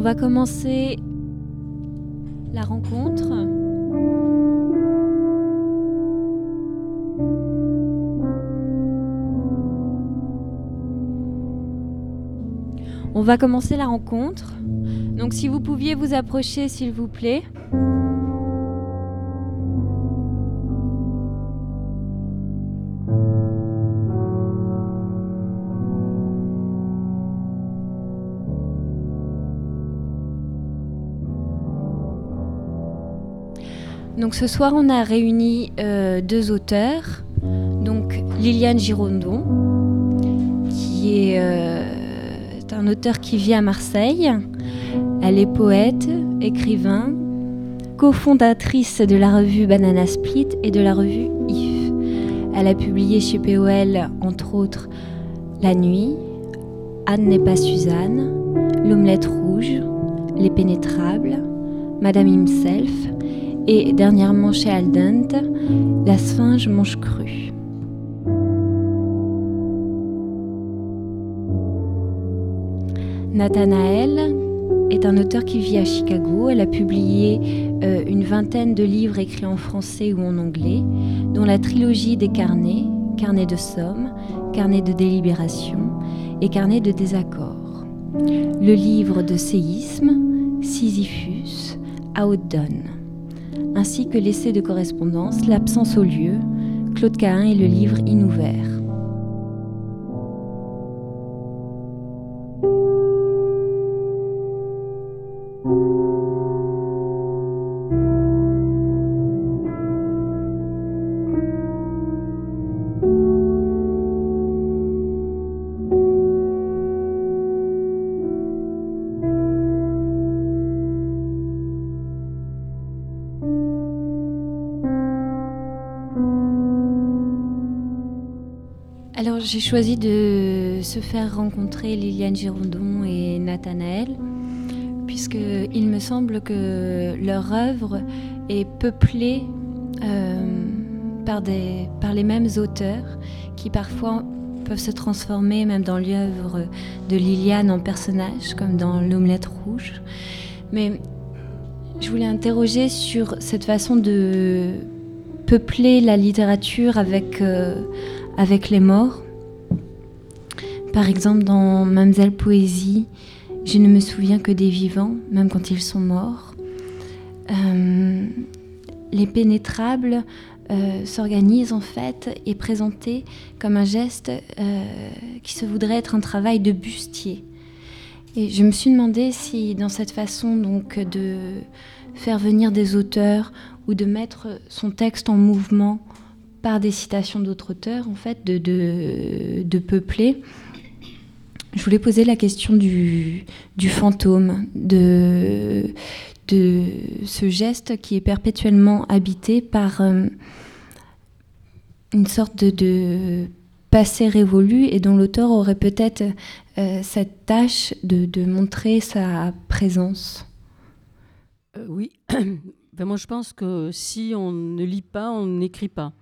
va commencer la rencontre. On va commencer la rencontre. Donc si vous pouviez vous approcher, s'il vous plaît. Donc ce soir, on a réuni deux auteurs. Donc Liliane Girondon, qui est un auteur qui vit à Marseille. Elle est poète, écrivain, cofondatrice de la revue Banana Split et de la revue If. Elle a publié chez POL, entre autres, La Nuit, Anne n'est pas Suzanne, L'Omelette Rouge, Les Pénétrables, Madame Himself et dernièrement chez Aldent, La Sphinge mange cru. Nathanaël est un auteur qui vit à Chicago. Elle a publié une vingtaine de livres écrits en français ou en anglais, dont la trilogie des carnets, Carnet de somme, Carnet de délibération et Carnet de désaccord. Le livre de séisme, Sisyphus, Outdone, ainsi que l'essai de correspondance, L'absence au lieu, Claude Cahun et le livre Inouvert. Alors j'ai choisi de se faire rencontrer Liliane Girondon et Nathanaël, puisqu'il me semble que leur œuvre est peuplée par les mêmes auteurs qui parfois peuvent se transformer même dans l'œuvre de Liliane en personnage, comme dans L'Omelette Rouge. Mais je voulais interroger sur cette façon de peupler la littérature avec les morts. Par exemple, dans Mamselle Poésie, je ne me souviens que des vivants, même quand ils sont morts. Les Pénétrables s'organisent en fait et présentés comme un geste qui se voudrait être un travail de bustier. Et je me suis demandé si dans cette façon donc de faire venir des auteurs ou de mettre son texte en mouvement par des citations d'autres auteurs, en fait, de peupler. Je voulais poser la question du fantôme, de ce geste qui est perpétuellement habité par une sorte de passé révolu et dont l'auteur aurait peut-être cette tâche de montrer sa présence. Oui, ben moi je pense que si on ne lit pas, on n'écrit pas.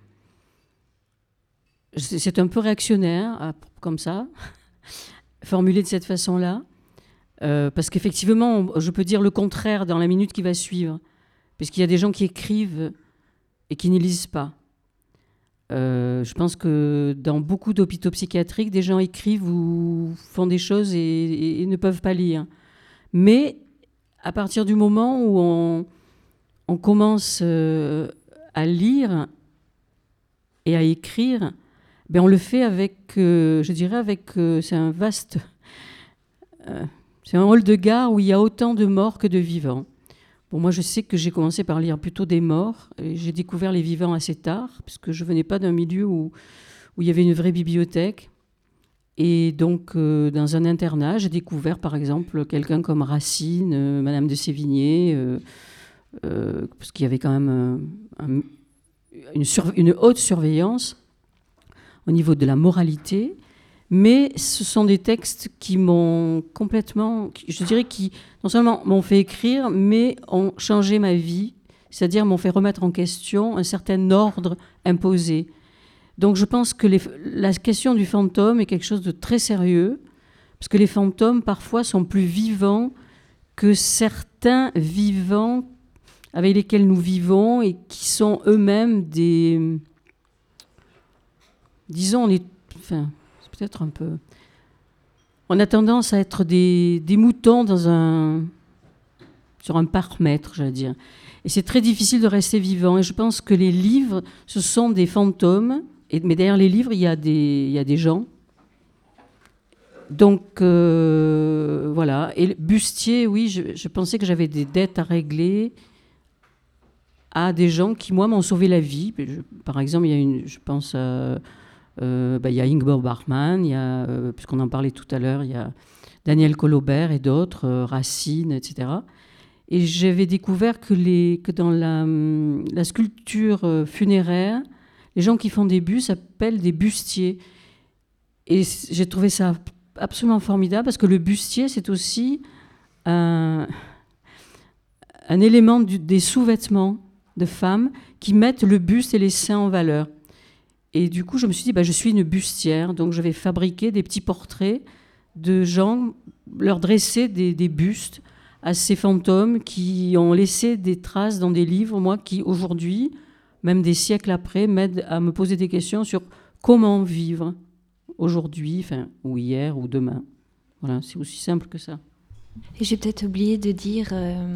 C'est un peu réactionnaire, comme ça, formulé de cette façon-là, parce qu'effectivement, je peux dire le contraire dans la minute qui va suivre, puisqu'il y a des gens qui écrivent et qui ne lisent pas. Je pense que dans beaucoup d'hôpitaux psychiatriques, des gens écrivent ou font des choses et ne peuvent pas lire. Mais à partir du moment où on commence à lire et à écrire, ben on le fait avec, je dirais, c'est un vaste... c'est un hall de gare où il y a autant de morts que de vivants. Bon, moi, je sais que j'ai commencé par lire plutôt des morts, et j'ai découvert les vivants assez tard, puisque je ne venais pas d'un milieu où il y avait une vraie bibliothèque. Et donc, dans un internat, j'ai découvert, par exemple, quelqu'un comme Racine, Madame de Sévigné, parce qu'il y avait quand même une haute surveillance au niveau de la moralité, mais ce sont des textes qui m'ont complètement, je dirais, qui non seulement m'ont fait écrire, mais ont changé ma vie, c'est-à-dire m'ont fait remettre en question un certain ordre imposé. Donc je pense que la question du fantôme est quelque chose de très sérieux, parce que les fantômes, parfois, sont plus vivants que certains vivants avec lesquels nous vivons et qui sont eux-mêmes des... Disons, c'est peut-être un peu... On a tendance à être des moutons sur un parc-mètre, j'allais dire. Et c'est très difficile de rester vivant. Et je pense que les livres, ce sont des fantômes. Mais derrière les livres, il y a des gens. Donc, voilà. Et Bustier, oui, je pensais que j'avais des dettes à régler à des gens qui, moi, m'ont sauvé la vie. Par exemple, je pense... il y a Ingmar Bergman, puisqu'on en parlait tout à l'heure, il y a Daniel Colobert et d'autres, Racine, etc. Et j'avais découvert que dans la sculpture funéraire, les gens qui font des bustes s'appellent des bustiers. Et j'ai trouvé ça absolument formidable, parce que le bustier, c'est aussi un élément des sous-vêtements de femmes qui mettent le buste et les seins en valeur. Et du coup, je me suis dit, je suis une bustière, donc je vais fabriquer des petits portraits de gens, leur dresser des bustes à ces fantômes qui ont laissé des traces dans des livres, moi, qui aujourd'hui, même des siècles après, m'aident à me poser des questions sur comment vivre aujourd'hui, ou hier, ou demain. Voilà, c'est aussi simple que ça. Et j'ai peut-être oublié de dire...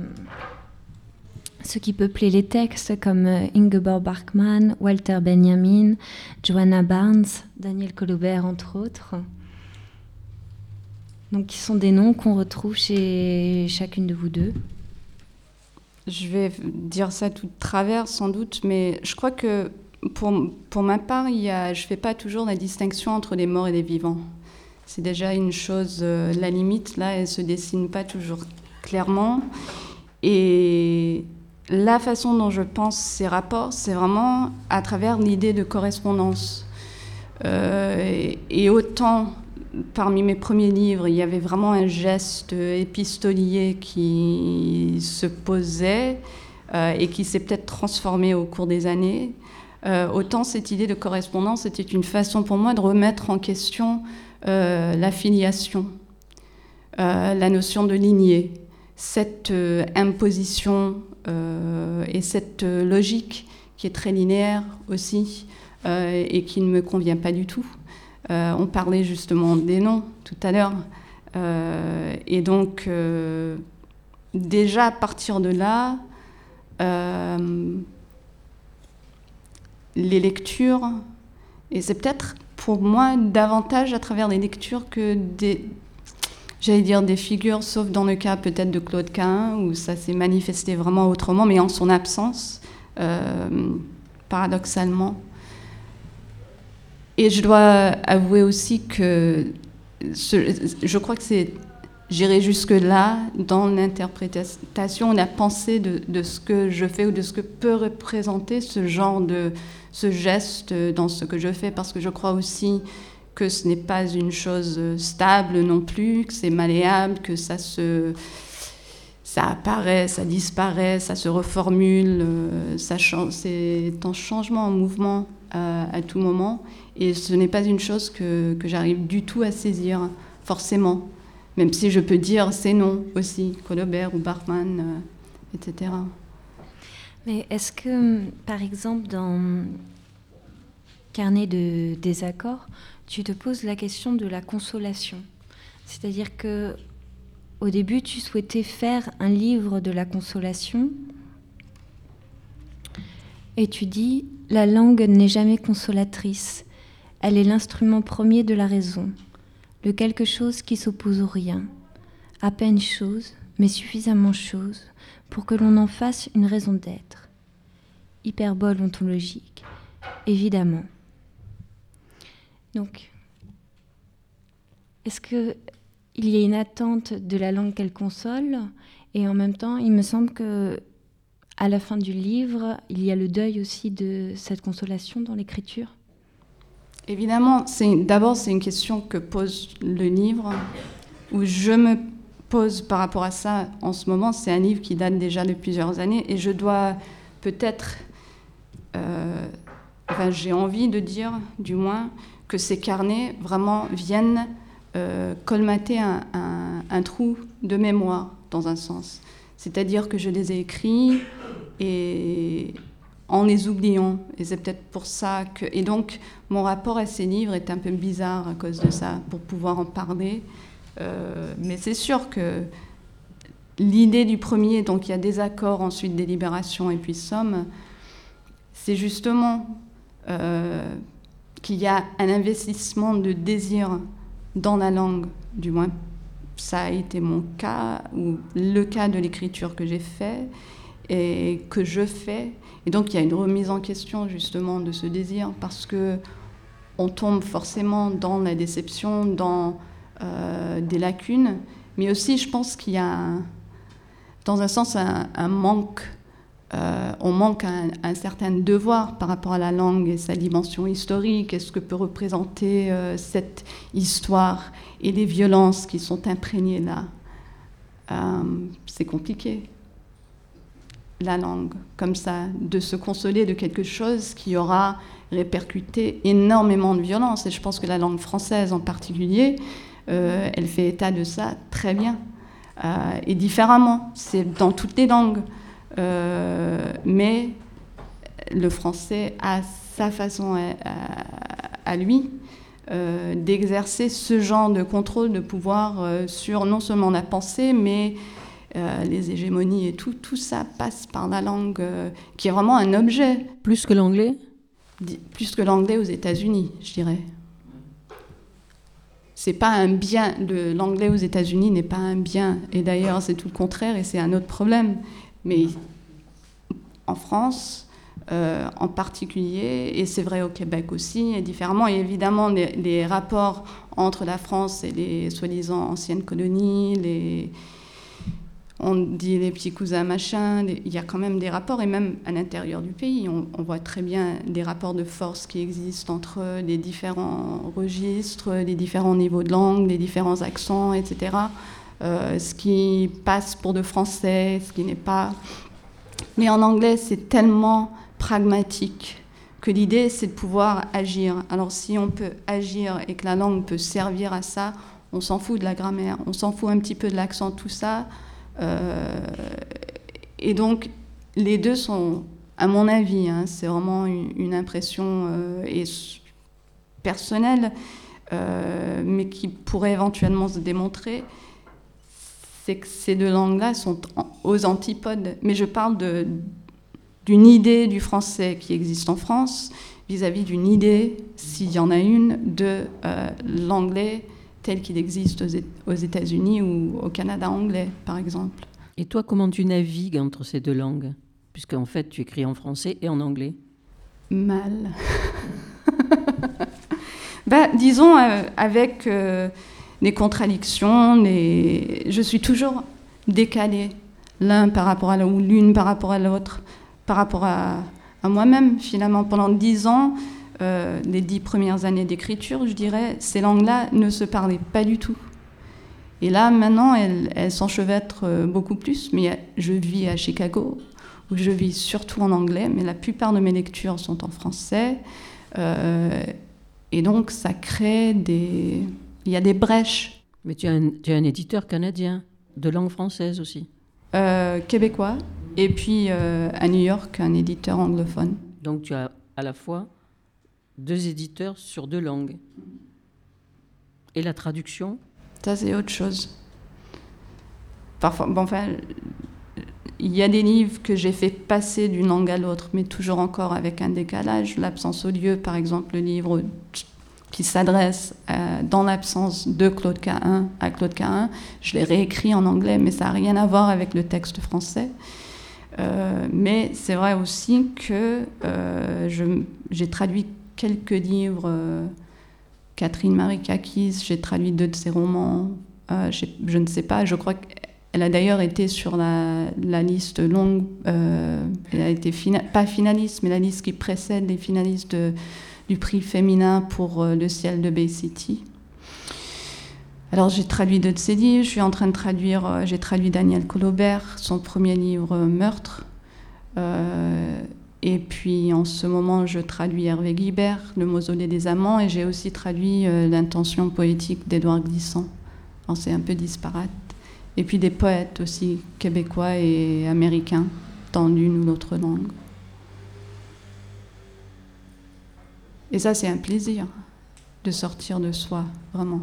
ceux qui peuplaient les textes comme Ingmar Bergman, Walter Benjamin, Joanna Barnes, Daniel Colobert, entre autres. Donc, qui sont des noms qu'on retrouve chez chacune de vous deux. Je vais dire ça tout de travers, sans doute, mais je crois que pour ma part, je ne fais pas toujours la distinction entre les morts et les vivants. C'est déjà une chose, la limite, là, elle ne se dessine pas toujours clairement. Et la façon dont je pense ces rapports, c'est vraiment à travers l'idée de correspondance. Et autant, parmi mes premiers livres, il y avait vraiment un geste épistolier qui se posait et qui s'est peut-être transformé au cours des années, autant cette idée de correspondance était une façon pour moi de remettre en question la filiation, la notion de lignée, cette imposition et cette logique qui est très linéaire aussi et qui ne me convient pas du tout. On parlait justement des noms tout à l'heure. Et donc, déjà à partir de là, les lectures, et c'est peut-être pour moi davantage à travers les lectures que des figures, sauf dans le cas peut-être de Claude Cahun, où ça s'est manifesté vraiment autrement, mais en son absence, paradoxalement. Et je dois avouer aussi que je crois que j'irai jusque-là dans l'interprétation, la pensée de ce que je fais ou de ce que peut représenter ce geste dans ce que je fais, parce que je crois aussi que ce n'est pas une chose stable non plus, que c'est malléable, que ça apparaît, ça disparaît, ça se reformule, c'est en changement, en mouvement à tout moment. Et ce n'est pas une chose que j'arrive du tout à saisir, forcément. Même si je peux dire ces noms aussi, Colobert ou Bergman, etc. Mais est-ce que, par exemple, dans Carnet de désaccords, tu te poses la question de la consolation? C'est-à-dire que au début, tu souhaitais faire un livre de la consolation et tu dis « La langue n'est jamais consolatrice. Elle est l'instrument premier de la raison, le quelque chose qui s'oppose au rien, à peine chose, mais suffisamment chose pour que l'on en fasse une raison d'être. Hyperbole ontologique, évidemment. » Donc, est-ce qu'il y a une attente de la langue qu'elle console? Et en même temps, il me semble que à la fin du livre, il y a le deuil aussi de cette consolation dans l'écriture. Évidemment, d'abord, c'est une question que pose le livre, où je me pose par rapport à ça en ce moment. C'est un livre qui date déjà de plusieurs années, et je dois peut-être... j'ai envie de dire, du moins, que ces carnets vraiment viennent colmater un trou de mémoire dans un sens. C'est-à-dire que je les ai écrits et en les oubliant. Et c'est peut-être pour ça que... Et donc, mon rapport à ces livres est un peu bizarre à cause de ça, pour pouvoir en parler. Mais c'est sûr que l'idée du premier, donc il y a des accords, ensuite des libérations et puis somme, c'est justement qu'il y a un investissement de désir dans la langue, du moins ça a été mon cas, ou le cas de l'écriture que j'ai fait et que je fais. Et donc il y a une remise en question justement de ce désir, parce que on tombe forcément dans la déception, dans des lacunes, mais aussi je pense qu'il y a dans un sens un manque. On manque un certain devoir par rapport à la langue et sa dimension historique, et ce que peut représenter cette histoire et les violences qui sont imprégnées là. C'est compliqué, la langue, comme ça, de se consoler de quelque chose qui aura répercuté énormément de violences. Et je pense que la langue française en particulier, elle fait état de ça très bien, et différemment. C'est dans toutes les langues. Mais le français a sa façon à lui d'exercer ce genre de contrôle, de pouvoir sur non seulement la pensée, mais les hégémonies et tout ça passe par la langue, qui est vraiment un objet. Plus que l'anglais ? Plus que l'anglais aux États-Unis, je dirais. C'est pas un bien. L'anglais aux États-Unis n'est pas un bien. Et d'ailleurs, c'est tout le contraire, et c'est un autre problème. Mais en France, en particulier, et c'est vrai au Québec aussi, et différemment, et évidemment, les rapports entre la France et les soi-disant anciennes colonies, on dit les petits cousins machins, il y a quand même des rapports, et même à l'intérieur du pays, on voit très bien des rapports de force qui existent entre les différents registres, les différents niveaux de langue, les différents accents, etc., ce qui passe pour de français, ce qui n'est pas. Mais en anglais, c'est tellement pragmatique que l'idée, c'est de pouvoir agir. Alors si on peut agir et que la langue peut servir à ça, on s'en fout de la grammaire, on s'en fout un petit peu de l'accent, tout ça. Et donc, les deux sont, à mon avis, c'est vraiment une impression personnelle, mais qui pourrait éventuellement se démontrer, c'est que ces deux langues-là sont aux antipodes. Mais je parle d'une idée du français qui existe en France vis-à-vis d'une idée, s'il y en a une, de l'anglais tel qu'il existe aux États-Unis ou au Canada anglais, par exemple. Et toi, comment tu navigues entre ces deux langues ? Puisqu'en fait, tu écris en français et en anglais. Mal. Disons, avec les contradictions, je suis toujours décalée, l'un par rapport à l'autre, ou l'une par rapport à l'autre, par rapport à moi-même, finalement. Pendant 10 ans, les 10 premières années d'écriture, je dirais, ces langues-là ne se parlaient pas du tout. Et là, maintenant, elles s'enchevêtrent beaucoup plus. Mais je vis à Chicago, où je vis surtout en anglais, mais la plupart de mes lectures sont en français. Et donc, ça crée il y a des brèches. Mais tu as un éditeur canadien, de langue française aussi. Québécois, et puis à New York, un éditeur anglophone. Donc tu as à la fois 2 éditeurs sur 2 langues. Et la traduction ? Ça, c'est autre chose. Parfois, il y a des livres que j'ai fait passer d'une langue à l'autre, mais toujours encore avec un décalage. L'absence au lieu, par exemple, le livre qui s'adresse dans l'absence de Claude Cahun à Claude Cahun, je l'ai réécrit en anglais, mais ça n'a rien à voir avec le texte français. Mais c'est vrai aussi que j'ai traduit quelques livres. Catherine Marikakis, j'ai traduit 2 de ses romans. Je ne sais pas, je crois qu'elle a d'ailleurs été sur la liste longue. Elle a été pas finaliste, mais la liste qui précède les finalistes du prix féminin pour Le ciel de Bay City. Alors j'ai traduit 2 de ses livres. Je suis en train de traduire. J'ai traduit Daniel Colobert, son premier livre Meurtre. Et puis en ce moment, je traduis Hervé Guibert, Le mausolée des amants, et j'ai aussi traduit L'intention poétique d'Édouard Glissant. Alors c'est un peu disparate, Et puis des poètes aussi, québécois et américains, dans l'une ou l'autre langue. Et ça, c'est un plaisir de sortir de soi, vraiment.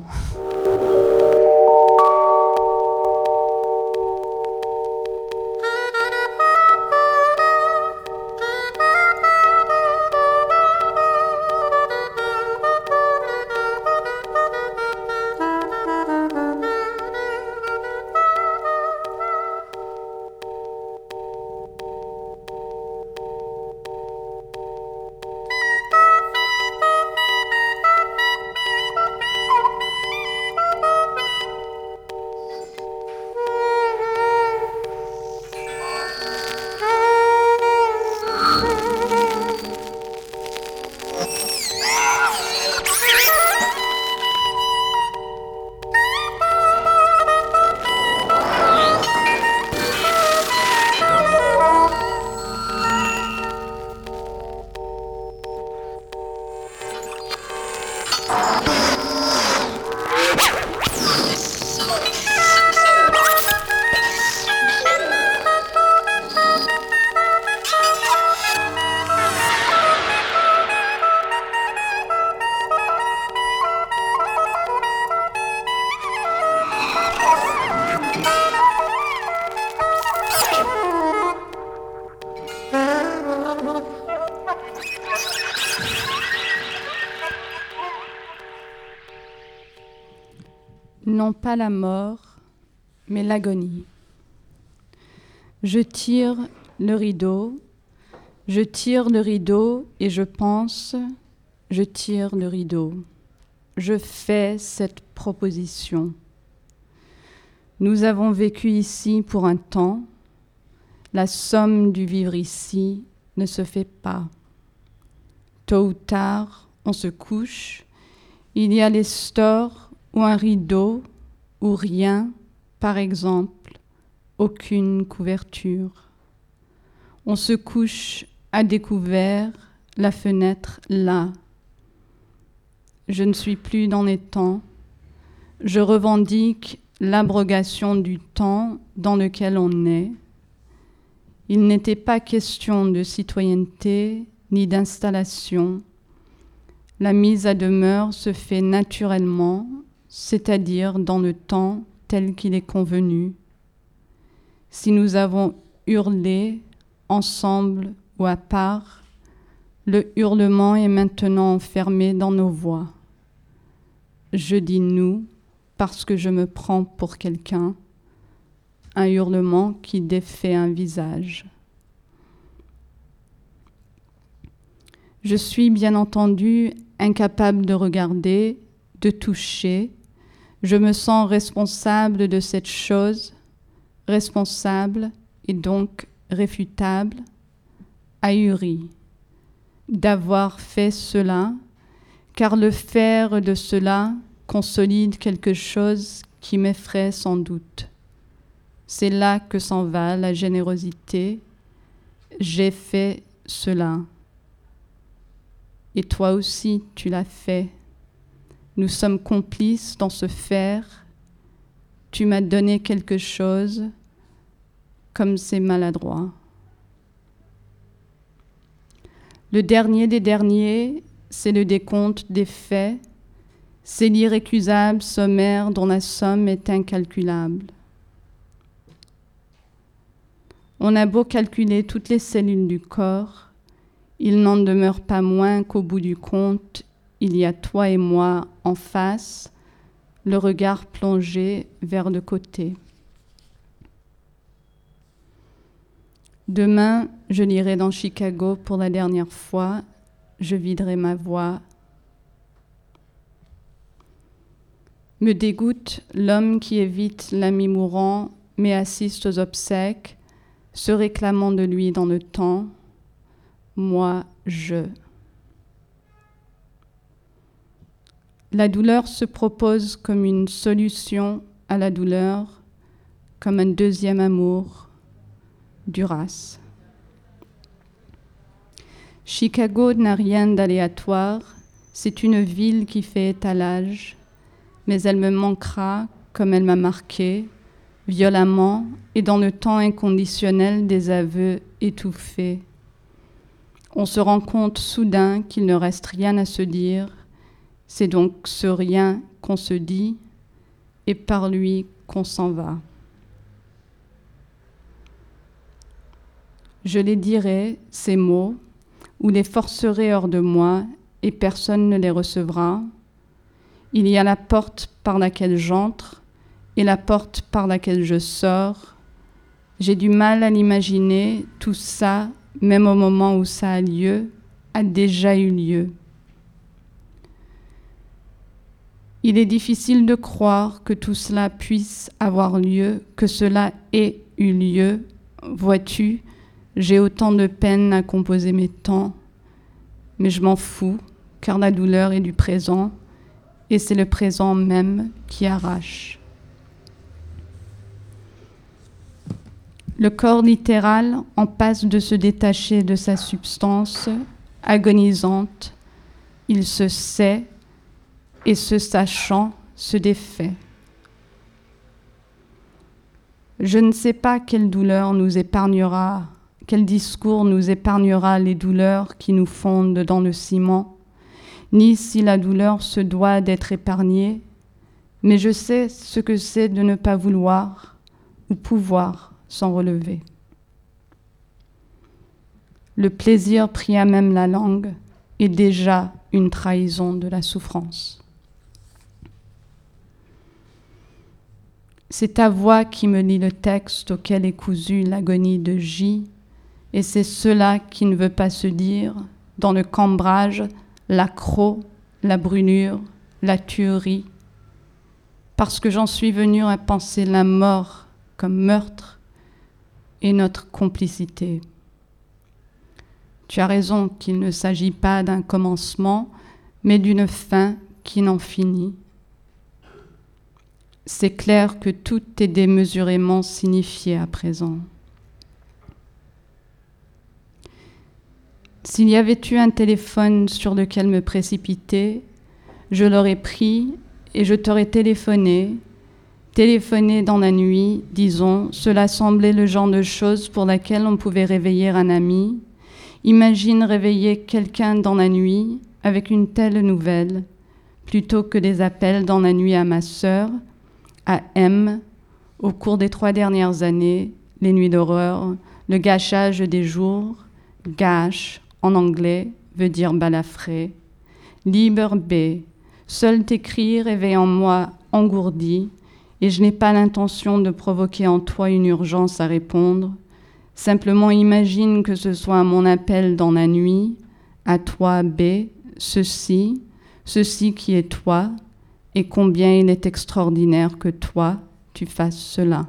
Non pas la mort, mais l'agonie. Je tire le rideau et je pense, je tire le rideau. Je fais cette proposition. Nous avons vécu ici pour un temps. La somme du vivre ici ne se fait pas. Tôt ou tard, on se couche. Il y a les stores ou un rideau, ou rien, par exemple, aucune couverture. On se couche à découvert, la fenêtre là. Je ne suis plus dans les temps. Je revendique l'abrogation du temps dans lequel on est. Il n'était pas question de citoyenneté ni d'installation. La mise à demeure se fait naturellement, c'est-à-dire dans le temps tel qu'il est convenu. Si nous avons hurlé, ensemble ou à part, le hurlement est maintenant enfermé dans nos voix. Je dis nous parce que je me prends pour quelqu'un, un hurlement qui défait un visage. Je suis bien entendu incapable de regarder, de toucher. Je me sens responsable de cette chose, responsable et donc réfutable, ahuri d'avoir fait cela, car le faire de cela consolide quelque chose qui m'effraie sans doute. C'est là que s'en va la générosité. J'ai fait cela. Et toi aussi, tu l'as fait. Nous sommes complices dans ce faire. Tu m'as donné quelque chose, comme c'est maladroit. Le dernier des derniers, c'est le décompte des faits. C'est l'irrécusable sommaire dont la somme est incalculable. On a beau calculer toutes les cellules du corps, il n'en demeure pas moins qu'au bout du compte, il y a toi et moi en face, le regard plongé vers le côté. Demain, je lirai dans Chicago pour la dernière fois, je viderai ma voix. Me dégoûte l'homme qui évite l'ami mourant, mais assiste aux obsèques, se réclamant de lui dans le temps. Moi, je. La douleur se propose comme une solution à la douleur, comme un deuxième amour. Duras. Chicago n'a rien d'aléatoire, c'est une ville qui fait étalage, mais elle me manquera comme elle m'a marqué, violemment et dans le temps inconditionnel des aveux étouffés. On se rend compte soudain qu'il ne reste rien à se dire, c'est donc ce rien qu'on se dit et par lui qu'on s'en va. Je les dirai, ces mots, ou les forcerai hors de moi, et personne ne les recevra. Il y a la porte par laquelle j'entre et la porte par laquelle je sors. J'ai du mal à l'imaginer, tout ça, même au moment où ça a lieu, a déjà eu lieu. Il est difficile de croire que tout cela puisse avoir lieu, que cela ait eu lieu. Vois-tu, j'ai autant de peine à composer mes temps, mais je m'en fous, car la douleur est du présent, et c'est le présent même qui arrache. Le corps littéral en passe de se détacher de sa substance agonisante. Il se sait et se sachant se défait. Je ne sais pas quelle douleur nous épargnera, quel discours nous épargnera les douleurs qui nous fondent dans le ciment, ni si la douleur se doit d'être épargnée, mais je sais ce que c'est de ne pas vouloir ou pouvoir s'en relever. Le plaisir pris à même la langue est déjà une trahison de la souffrance. C'est ta voix qui me lit le texte auquel est cousue l'agonie de J, et c'est cela qui ne veut pas se dire dans le cambrage, l'accroc, la brûlure, la tuerie, parce que j'en suis venue à penser la mort comme meurtre et notre complicité. Tu as raison qu'il ne s'agit pas d'un commencement, mais d'une fin qui n'en finit. C'est clair que tout est démesurément signifié à présent. S'il y avait eu un téléphone sur lequel me précipiter, je l'aurais pris et je t'aurais téléphoné. Téléphoner dans la nuit, disons, cela semblait le genre de chose pour laquelle on pouvait réveiller un ami. Imagine réveiller quelqu'un dans la nuit avec une telle nouvelle, plutôt que des appels dans la nuit à ma sœur, à M, au cours des 3 dernières années, les nuits d'horreur, le gâchage des jours, gâche, en anglais, veut dire balafré. Libre B, seul t'écrire éveille en moi engourdi, et je n'ai pas l'intention de provoquer en toi une urgence à répondre. Simplement imagine que ce soit mon appel dans la nuit, à toi B, ceci qui est toi, et combien il est extraordinaire que toi, tu fasses cela.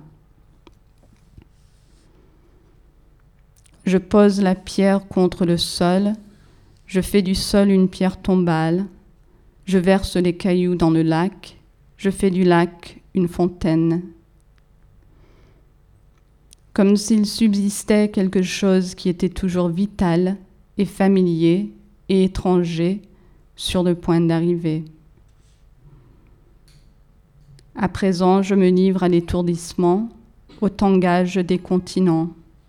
Je pose la pierre contre le sol, je fais du sol une pierre tombale, je verse les cailloux dans le lac, je fais du lac une fontaine. Comme s'il subsistait quelque chose qui était toujours vital et familier et étranger sur le point d'arriver. À présent, je me livre à l'étourdissement, au tangage des continents,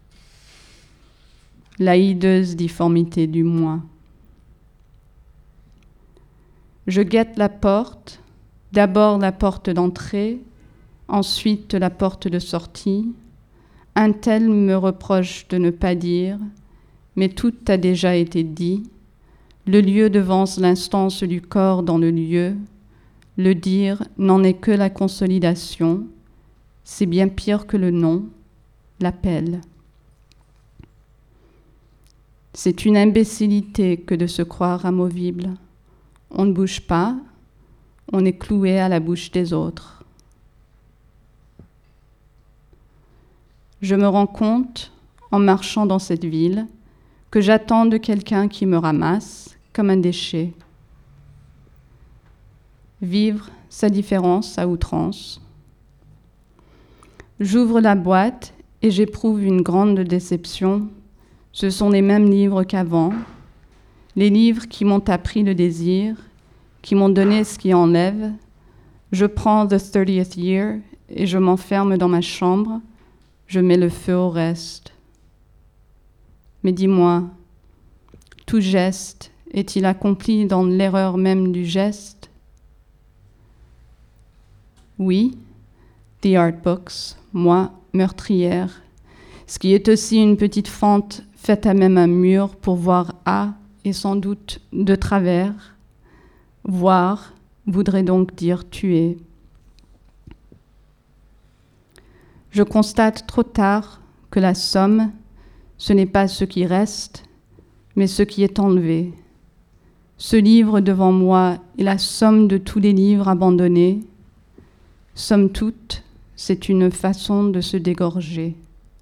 la hideuse difformité du moi. Je guette la porte, d'abord la porte d'entrée, ensuite la porte de sortie. Un tel me reproche de ne pas dire, mais tout a déjà été dit. Le lieu devance l'instance du corps dans le lieu. Le dire n'en est que la consolidation. C'est bien pire que le nom, l'appel. C'est une imbécilité que de se croire amovible. On ne bouge pas, on est cloué à la bouche des autres. Je me rends compte, en marchant dans cette ville, que j'attends de quelqu'un qui me ramasse comme un déchet. Vivre sa différence à outrance. J'ouvre la boîte et j'éprouve une grande déception. Ce sont les mêmes livres qu'avant, les livres qui m'ont appris le désir, qui m'ont donné ce qui enlève. Je prends The 30th Year et je m'enferme dans ma chambre, je mets le feu au reste. Mais dis-moi, tout geste est-il accompli dans l'erreur même du geste? Oui, The Art Box, moi, meurtrière, ce qui est aussi une petite fente faite à même un mur pour voir à et sans doute de travers. Voir voudrait donc dire tuer. Je constate trop tard que la somme, ce n'est pas ce qui reste, mais ce qui est enlevé. Ce livre devant moi est la somme de tous les livres abandonnés. Somme toute, c'est une façon de se dégorger.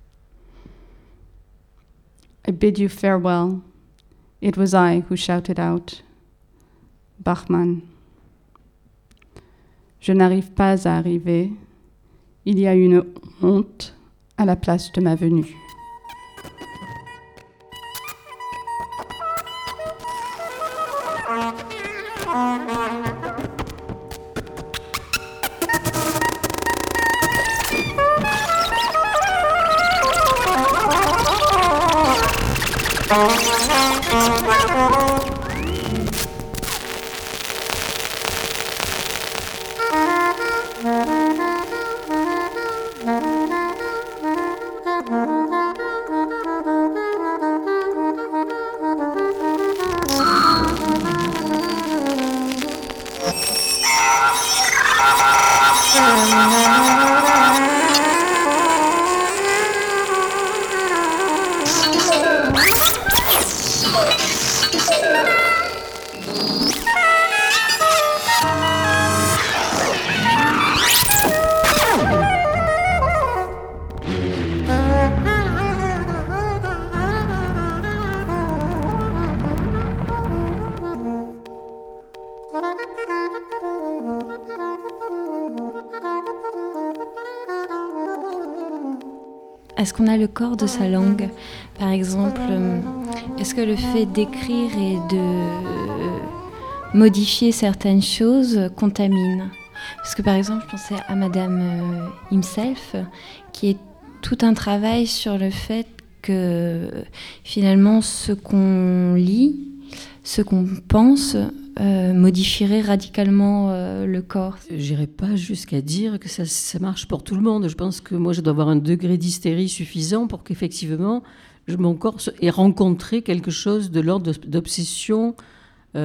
I bid you farewell. It was I who shouted out. Bachmann. Je n'arrive pas à arriver. Il y a une honte à la place de ma venue. Est-ce qu'on a le corps de sa langue? Par exemple, est-ce que le fait d'écrire et de modifier certaines choses contamine? Parce que par exemple, je pensais à Madame Himself, qui est tout un travail sur le fait que finalement ce qu'on lit, ce qu'on pense, modifierait radicalement le corps. J'irai pas jusqu'à dire que ça marche pour tout le monde. Je pense que moi, je dois avoir un degré d'hystérie suffisant pour qu'effectivement, mon corps ait rencontré quelque chose de l'ordre d'obsession. Bon,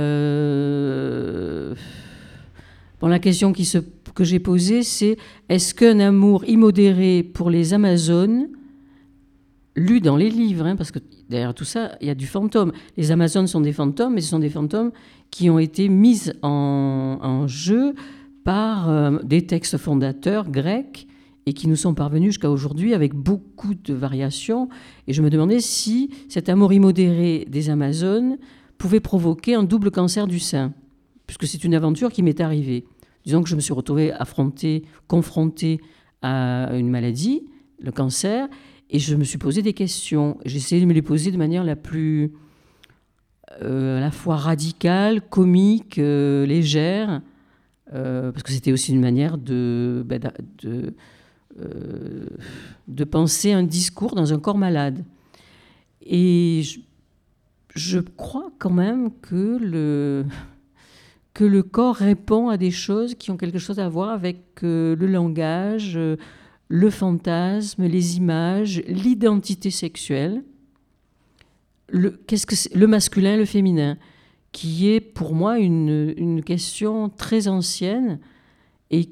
la question que j'ai posée, c'est est-ce qu'un amour immodéré pour les Amazones, lu dans les livres, parce que derrière tout ça, il y a du fantôme. Les Amazones sont des fantômes, mais ce sont des fantômes qui ont été mis en jeu par des textes fondateurs grecs et qui nous sont parvenus jusqu'à aujourd'hui avec beaucoup de variations. Et je me demandais si cet amour immodéré des Amazones pouvait provoquer un double cancer du sein, puisque c'est une aventure qui m'est arrivée. Disons que je me suis retrouvée confrontée à une maladie, le cancer, et je me suis posé des questions. J'ai essayé de me les poser de manière la plus à la fois radicale, comique, légère, parce que c'était aussi une manière de penser un discours dans un corps malade. Et je crois quand même que le corps répond à des choses qui ont quelque chose à voir avec le langage, le fantasme, les images, l'identité sexuelle, le masculin, le féminin, qui est pour moi une question très ancienne et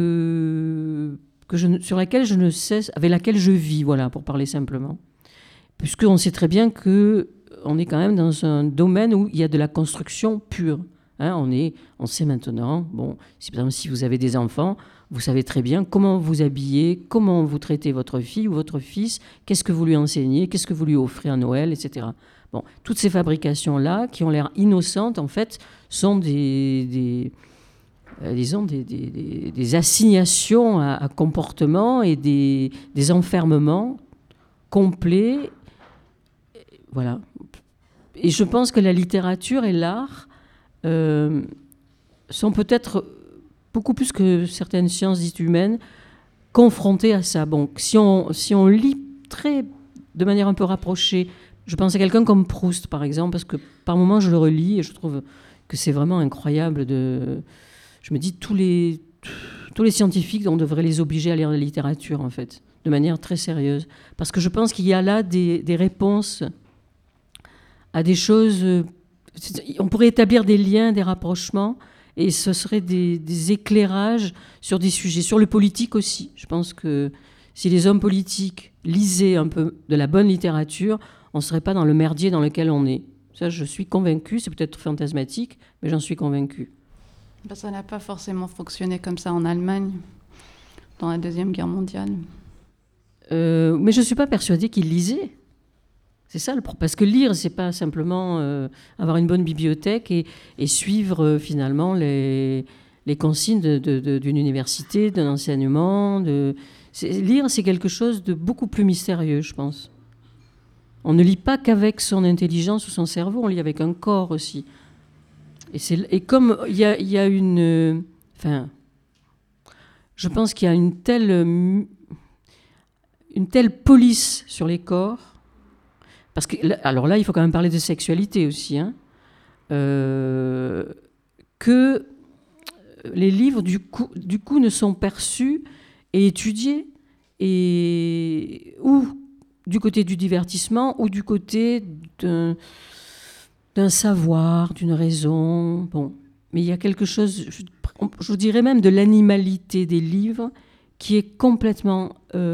sur laquelle je ne cesse, avec laquelle je vis, voilà, pour parler simplement. Puisqu'on sait très bien qu'on est quand même dans un domaine où il y a de la construction pure. On sait maintenant, bon, par exemple, si vous avez des enfants, vous savez très bien comment vous habillez, comment vous traitez votre fille ou votre fils, qu'est-ce que vous lui enseignez, qu'est-ce que vous lui offrez à Noël, etc. Bon, toutes ces fabrications-là, qui ont l'air innocentes, en fait, sont des assignations à comportement et des enfermements complets. Voilà. Et je pense que la littérature et l'art sont peut-être beaucoup plus que certaines sciences dites humaines, confronté à ça. Bon, si on lit de manière un peu rapprochée, je pense à quelqu'un comme Proust, par exemple, parce que par moments, je le relis et je trouve que c'est vraiment incroyable. Je me dis, tous les scientifiques, on devrait les obliger à lire la littérature, en fait, de manière très sérieuse. Parce que je pense qu'il y a là des réponses à des choses... on pourrait établir des liens, des rapprochements, et ce serait des éclairages sur des sujets, sur le politique aussi. Je pense que si les hommes politiques lisaient un peu de la bonne littérature, on ne serait pas dans le merdier dans lequel on est. Ça, je suis convaincue, c'est peut-être fantasmatique, mais j'en suis convaincue. Ça n'a pas forcément fonctionné comme ça en Allemagne, dans la Deuxième Guerre mondiale. Mais je ne suis pas persuadée qu'ils lisaient. C'est ça le problème. Parce que lire, c'est pas simplement avoir une bonne bibliothèque et suivre finalement les consignes d'une université, d'un enseignement. Lire, c'est quelque chose de beaucoup plus mystérieux, je pense. On ne lit pas qu'avec son intelligence ou son cerveau, on lit avec un corps aussi. Et comme il y a une... Enfin, je pense qu'il y a une telle police sur les corps. Parce que, alors là, il faut quand même parler de sexualité aussi, hein, que les livres, du coup, ne sont perçus et étudiés, ou du côté du divertissement, ou du côté d'un savoir, d'une raison. Bon. Mais il y a quelque chose, je dirais même de l'animalité des livres, qui est complètement...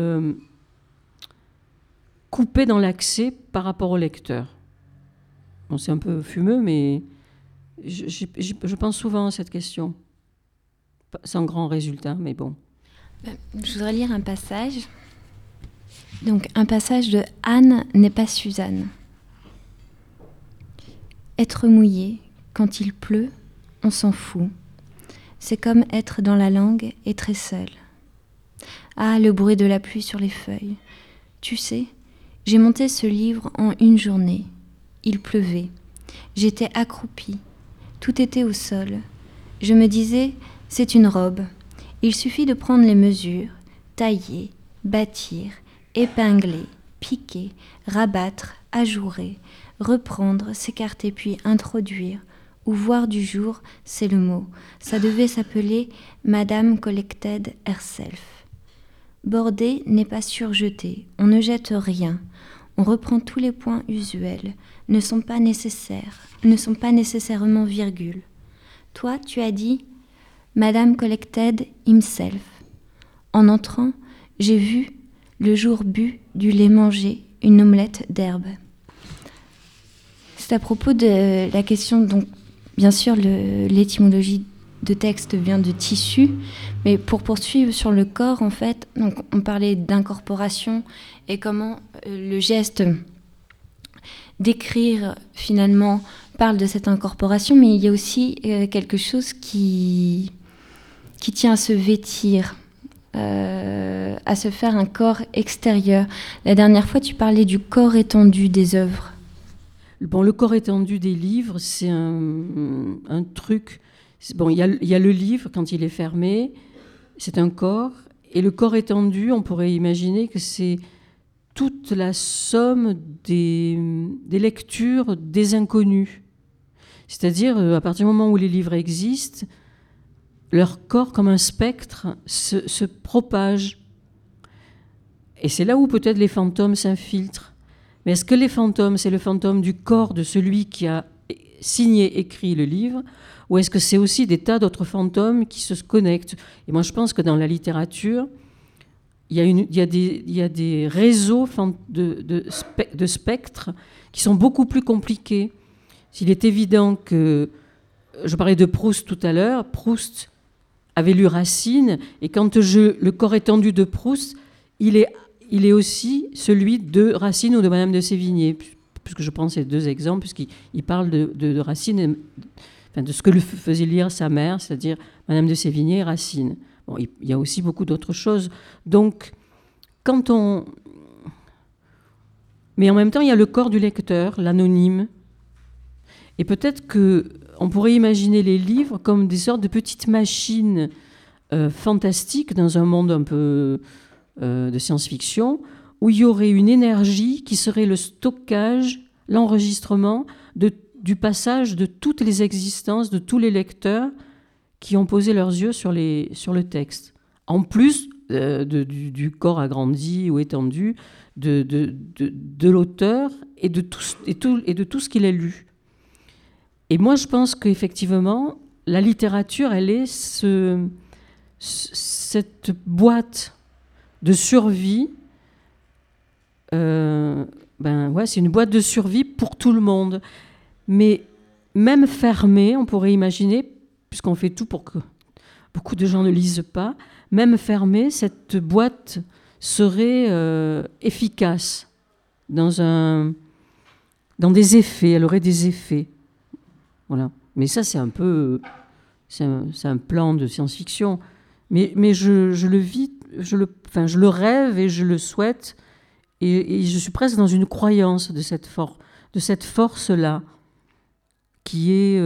coupé dans l'accès par rapport au lecteur. Bon, c'est un peu fumeux, mais je pense souvent à cette question. Sans grand résultat, mais bon. Je voudrais lire un passage. Donc, un passage de Anne n'est pas Suzanne. Être mouillé, quand il pleut, on s'en fout. C'est comme être dans la langue et très seul. Ah, le bruit de la pluie sur les feuilles. Tu sais, j'ai monté ce livre en une journée. Il pleuvait. J'étais accroupie. Tout était au sol. Je me disais, c'est une robe. Il suffit de prendre les mesures, tailler, bâtir, épingler, piquer, rabattre, ajourer, reprendre, s'écarter puis introduire, ou voir du jour, c'est le mot. Ça devait s'appeler Madame Collected Herself. Border n'est pas surjeter, on ne jette rien. On reprend tous les points usuels, ne sont pas nécessairement virgules. Toi, tu as dit « Madame collected himself ». En entrant, j'ai vu, le jour bu, du lait mangé, une omelette d'herbe. C'est à propos de la question, donc bien sûr l'étymologie de texte vient de tissu, mais pour poursuivre sur le corps, en fait, donc on parlait d'incorporation et comment le geste d'écrire finalement parle de cette incorporation, mais il y a aussi quelque chose qui tient à se vêtir, à se faire un corps extérieur. La dernière fois, tu parlais du corps étendu des œuvres. Bon, le corps étendu des livres, c'est un truc... Bon, il y a le livre, quand il est fermé, c'est un corps. Et le corps étendu, on pourrait imaginer que c'est toute la somme des lectures des inconnus. C'est-à-dire, à partir du moment où les livres existent, leur corps, comme un spectre, se propage. Et c'est là où peut-être les fantômes s'infiltrent. Mais est-ce que les fantômes, c'est le fantôme du corps de celui qui a signé, écrit le livre, ou est-ce que c'est aussi des tas d'autres fantômes qui se connectent? Et moi, je pense que dans la littérature, il y a des réseaux de spectres qui sont beaucoup plus compliqués. S'il est évident que... Je parlais de Proust tout à l'heure. Proust avait lu Racine, et quand le corps étendu de Proust, il est aussi celui de Racine ou de Madame de Sévigné, puisque je prends ces deux exemples, puisqu'il parle de Racine, de ce que lui faisait lire sa mère, c'est-à-dire Madame de Sévigné et Racine. Bon, il y a aussi beaucoup d'autres choses. Donc, mais en même temps, il y a le corps du lecteur, l'anonyme. Et peut-être qu'on pourrait imaginer les livres comme des sortes de petites machines fantastiques dans un monde un peu de science-fiction, où il y aurait une énergie qui serait le stockage, l'enregistrement du passage de toutes les existences, de tous les lecteurs qui ont posé leurs yeux sur le texte. En plus du corps agrandi ou étendu de l'auteur et de tout ce qu'il a lu. Et moi, je pense qu'effectivement, la littérature, elle est cette boîte de survie. C'est une boîte de survie pour tout le monde. Mais même fermée, on pourrait imaginer, puisqu'on fait tout pour que beaucoup de gens ne lisent pas, même fermée, cette boîte serait efficace dans des effets. Elle aurait des effets. Voilà. Mais ça, c'est un peu... C'est un plan de science-fiction. Mais je le vis, je le rêve et je le souhaite. Et je suis presque dans une croyance de cette force-là, qui est...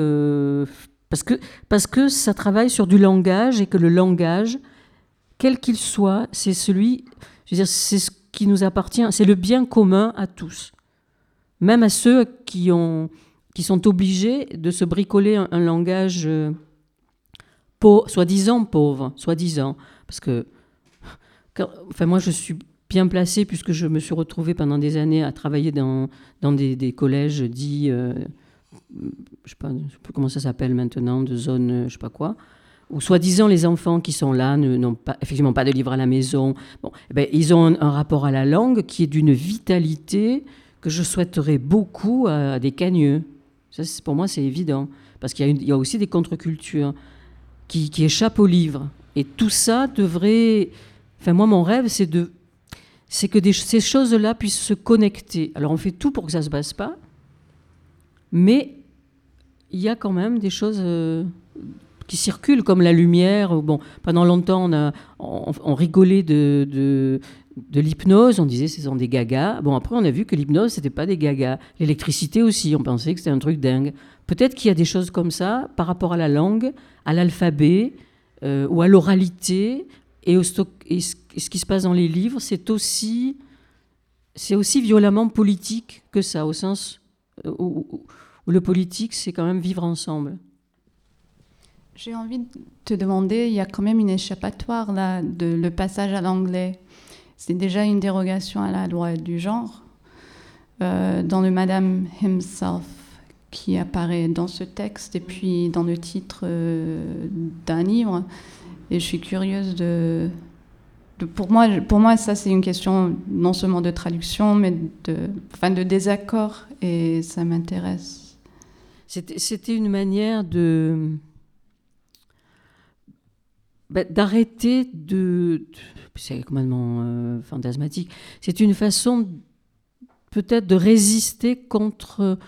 parce que ça travaille sur du langage, et que le langage, quel qu'il soit, c'est celui... Je veux dire, c'est ce qui nous appartient, c'est le bien commun à tous. Même à ceux qui sont obligés de se bricoler un langage soi-disant pauvre, soi-disant. Parce que... moi, je suis bien placée, puisque je me suis retrouvée pendant des années à travailler dans des collèges dits... je ne sais plus comment ça s'appelle maintenant, de zone, je ne sais pas quoi, où soi-disant les enfants qui sont là n'ont pas, effectivement pas de livre à la maison. Bon, ils ont un rapport à la langue qui est d'une vitalité que je souhaiterais beaucoup à des cagneux. Ça, pour moi, c'est évident. Parce qu'il y a aussi des contre-cultures qui échappent aux livres. Et tout ça devrait... moi, mon rêve, c'est que ces choses-là puissent se connecter. Alors, on fait tout pour que ça ne se passe pas, mais il y a quand même des choses qui circulent, comme la lumière. Bon, pendant longtemps, on rigolait de l'hypnose, on disait ce sont des gagas. Bon, après, on a vu que l'hypnose, ce n'était pas des gagas. L'électricité aussi, on pensait que c'était un truc dingue. Peut-être qu'il y a des choses comme ça par rapport à la langue, à l'alphabet ou à l'oralité, et ce qui se passe dans les livres, c'est aussi violemment politique que ça, au sens où le politique, c'est quand même vivre ensemble. J'ai envie de te demander, il y a quand même une échappatoire là, le passage à l'anglais. C'est déjà une dérogation à la loi du genre. Dans le Madame Himself, qui apparaît dans ce texte, et puis dans le titre d'un livre. Et je suis curieuse pour moi, ça, c'est une question non seulement de traduction, mais de désaccord, et ça m'intéresse. C'était une manière d'arrêter c'est complètement fantasmatique. C'est une façon peut-être de résister contre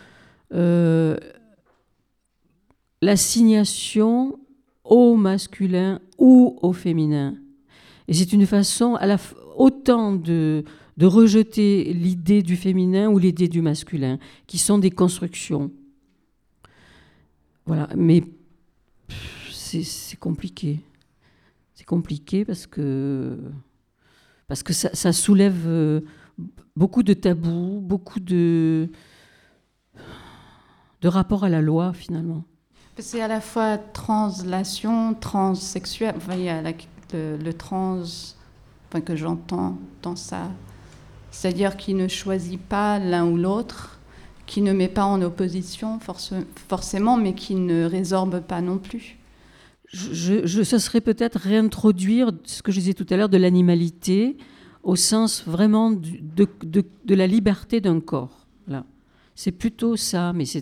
l'assignation au masculin ou au féminin. Et c'est une façon autant de rejeter l'idée du féminin ou l'idée du masculin, qui sont des constructions. Voilà, mais c'est compliqué. C'est compliqué parce que ça soulève beaucoup de tabous, beaucoup de rapports à la loi, finalement. C'est à la fois translation, transsexuel. Il y a le trans que j'entends dans ça. C'est-à-dire qu'il ne choisit pas l'un ou l'autre, qui ne met pas en opposition forcément, mais qui ne résorbe pas non plus. Ce serait peut-être réintroduire ce que je disais tout à l'heure de l'animalité au sens vraiment de la liberté d'un corps. Voilà. C'est plutôt ça, mais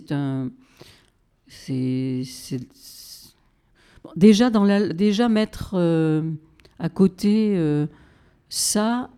déjà mettre à côté ça,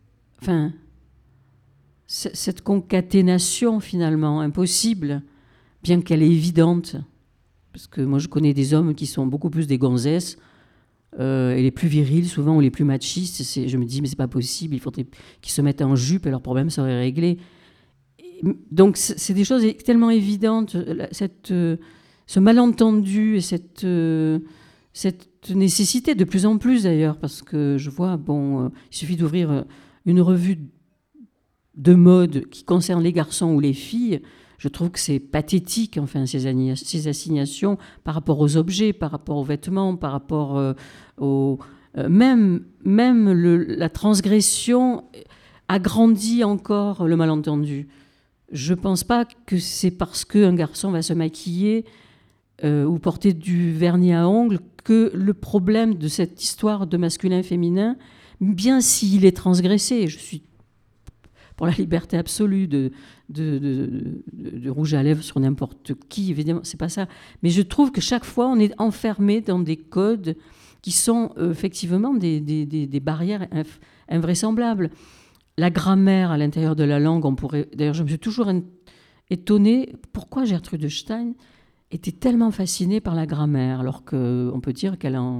cette concaténation finalement impossible, bien qu'elle est évidente. Parce que moi, je connais des hommes qui sont beaucoup plus des gonzesses, et les plus virils, souvent, ou les plus machistes. Je me dis, mais c'est pas possible, il faudrait qu'ils se mettent en jupe et leur problème serait réglé. Donc, c'est des choses tellement évidentes, ce malentendu et cette nécessité, de plus en plus d'ailleurs, parce que je vois, il suffit d'ouvrir une revue de mode qui concerne les garçons ou les filles, je trouve que c'est pathétique, enfin, ces assignations par rapport aux objets, par rapport aux vêtements, par rapport même la transgression agrandit encore le malentendu. Je ne pense pas que c'est parce qu'un garçon va se maquiller ou porter du vernis à ongles que le problème de cette histoire de masculin-féminin, bien s'il est transgressé, je suis pour la liberté absolue de rouge à lèvres sur n'importe qui, évidemment, c'est pas ça. Mais je trouve que chaque fois, on est enfermé dans des codes qui sont effectivement des barrières invraisemblables. La grammaire à l'intérieur de la langue, d'ailleurs, je me suis toujours étonnée pourquoi Gertrude Stein était tellement fascinée par la grammaire, alors qu'on peut dire qu'elle en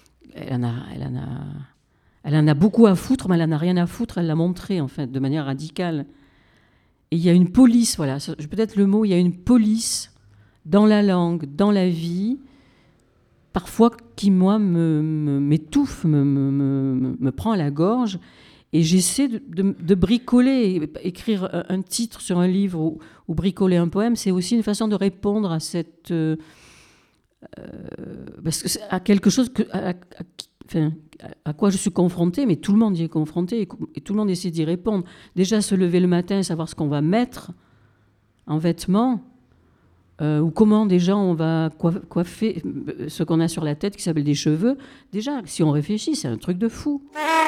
a beaucoup à foutre, mais elle n'en a rien à foutre, elle l'a montré, en fait, de manière radicale. Et il y a une police, voilà, peut-être le mot, il y a une police dans la langue, dans la vie, parfois qui, moi, m'étouffe, me prend à la gorge, et j'essaie de bricoler, écrire un titre sur un livre ou bricoler un poème, c'est aussi une façon de répondre à cette... parce que à quelque chose à quoi je suis confrontée, mais tout le monde y est confronté et tout le monde essaie d'y répondre. Déjà, se lever le matin, savoir ce qu'on va mettre en vêtements, ou comment déjà on va coiffer ce qu'on a sur la tête qui s'appelle des cheveux. Déjà, si on réfléchit, c'est un truc de fou.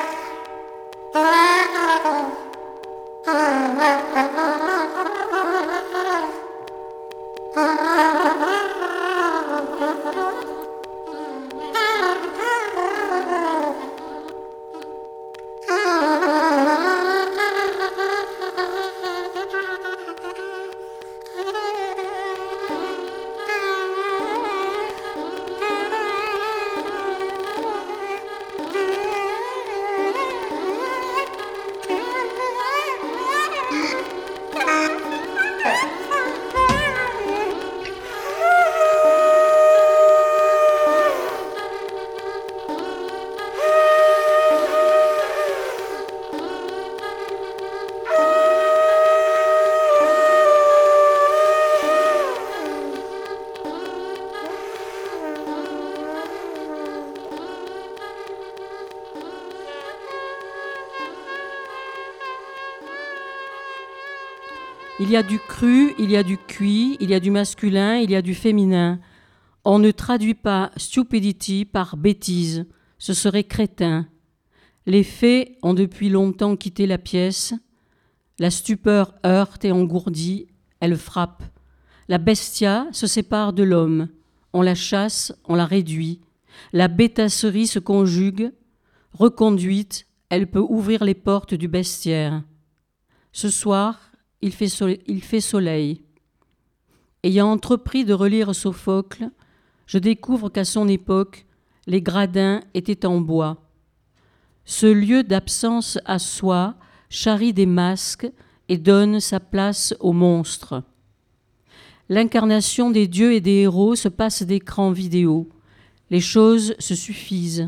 Il y a du cru, il y a du cuit, il y a du masculin, il y a du féminin. On ne traduit pas stupidity par bêtise, ce serait crétin. Les faits ont depuis longtemps quitté la pièce. La stupeur heurte et engourdit, elle frappe. La bestia se sépare de l'homme. On la chasse, on la réduit. La bêtasserie se conjugue. Reconduite, elle peut ouvrir les portes du bestiaire. Ce soir, il fait soleil. Ayant entrepris de relire Sophocle, je découvre qu'à son époque, les gradins étaient en bois. Ce lieu d'absence à soi charrie des masques et donne sa place aux monstres. L'incarnation des dieux et des héros se passe d'écran vidéo. Les choses se suffisent.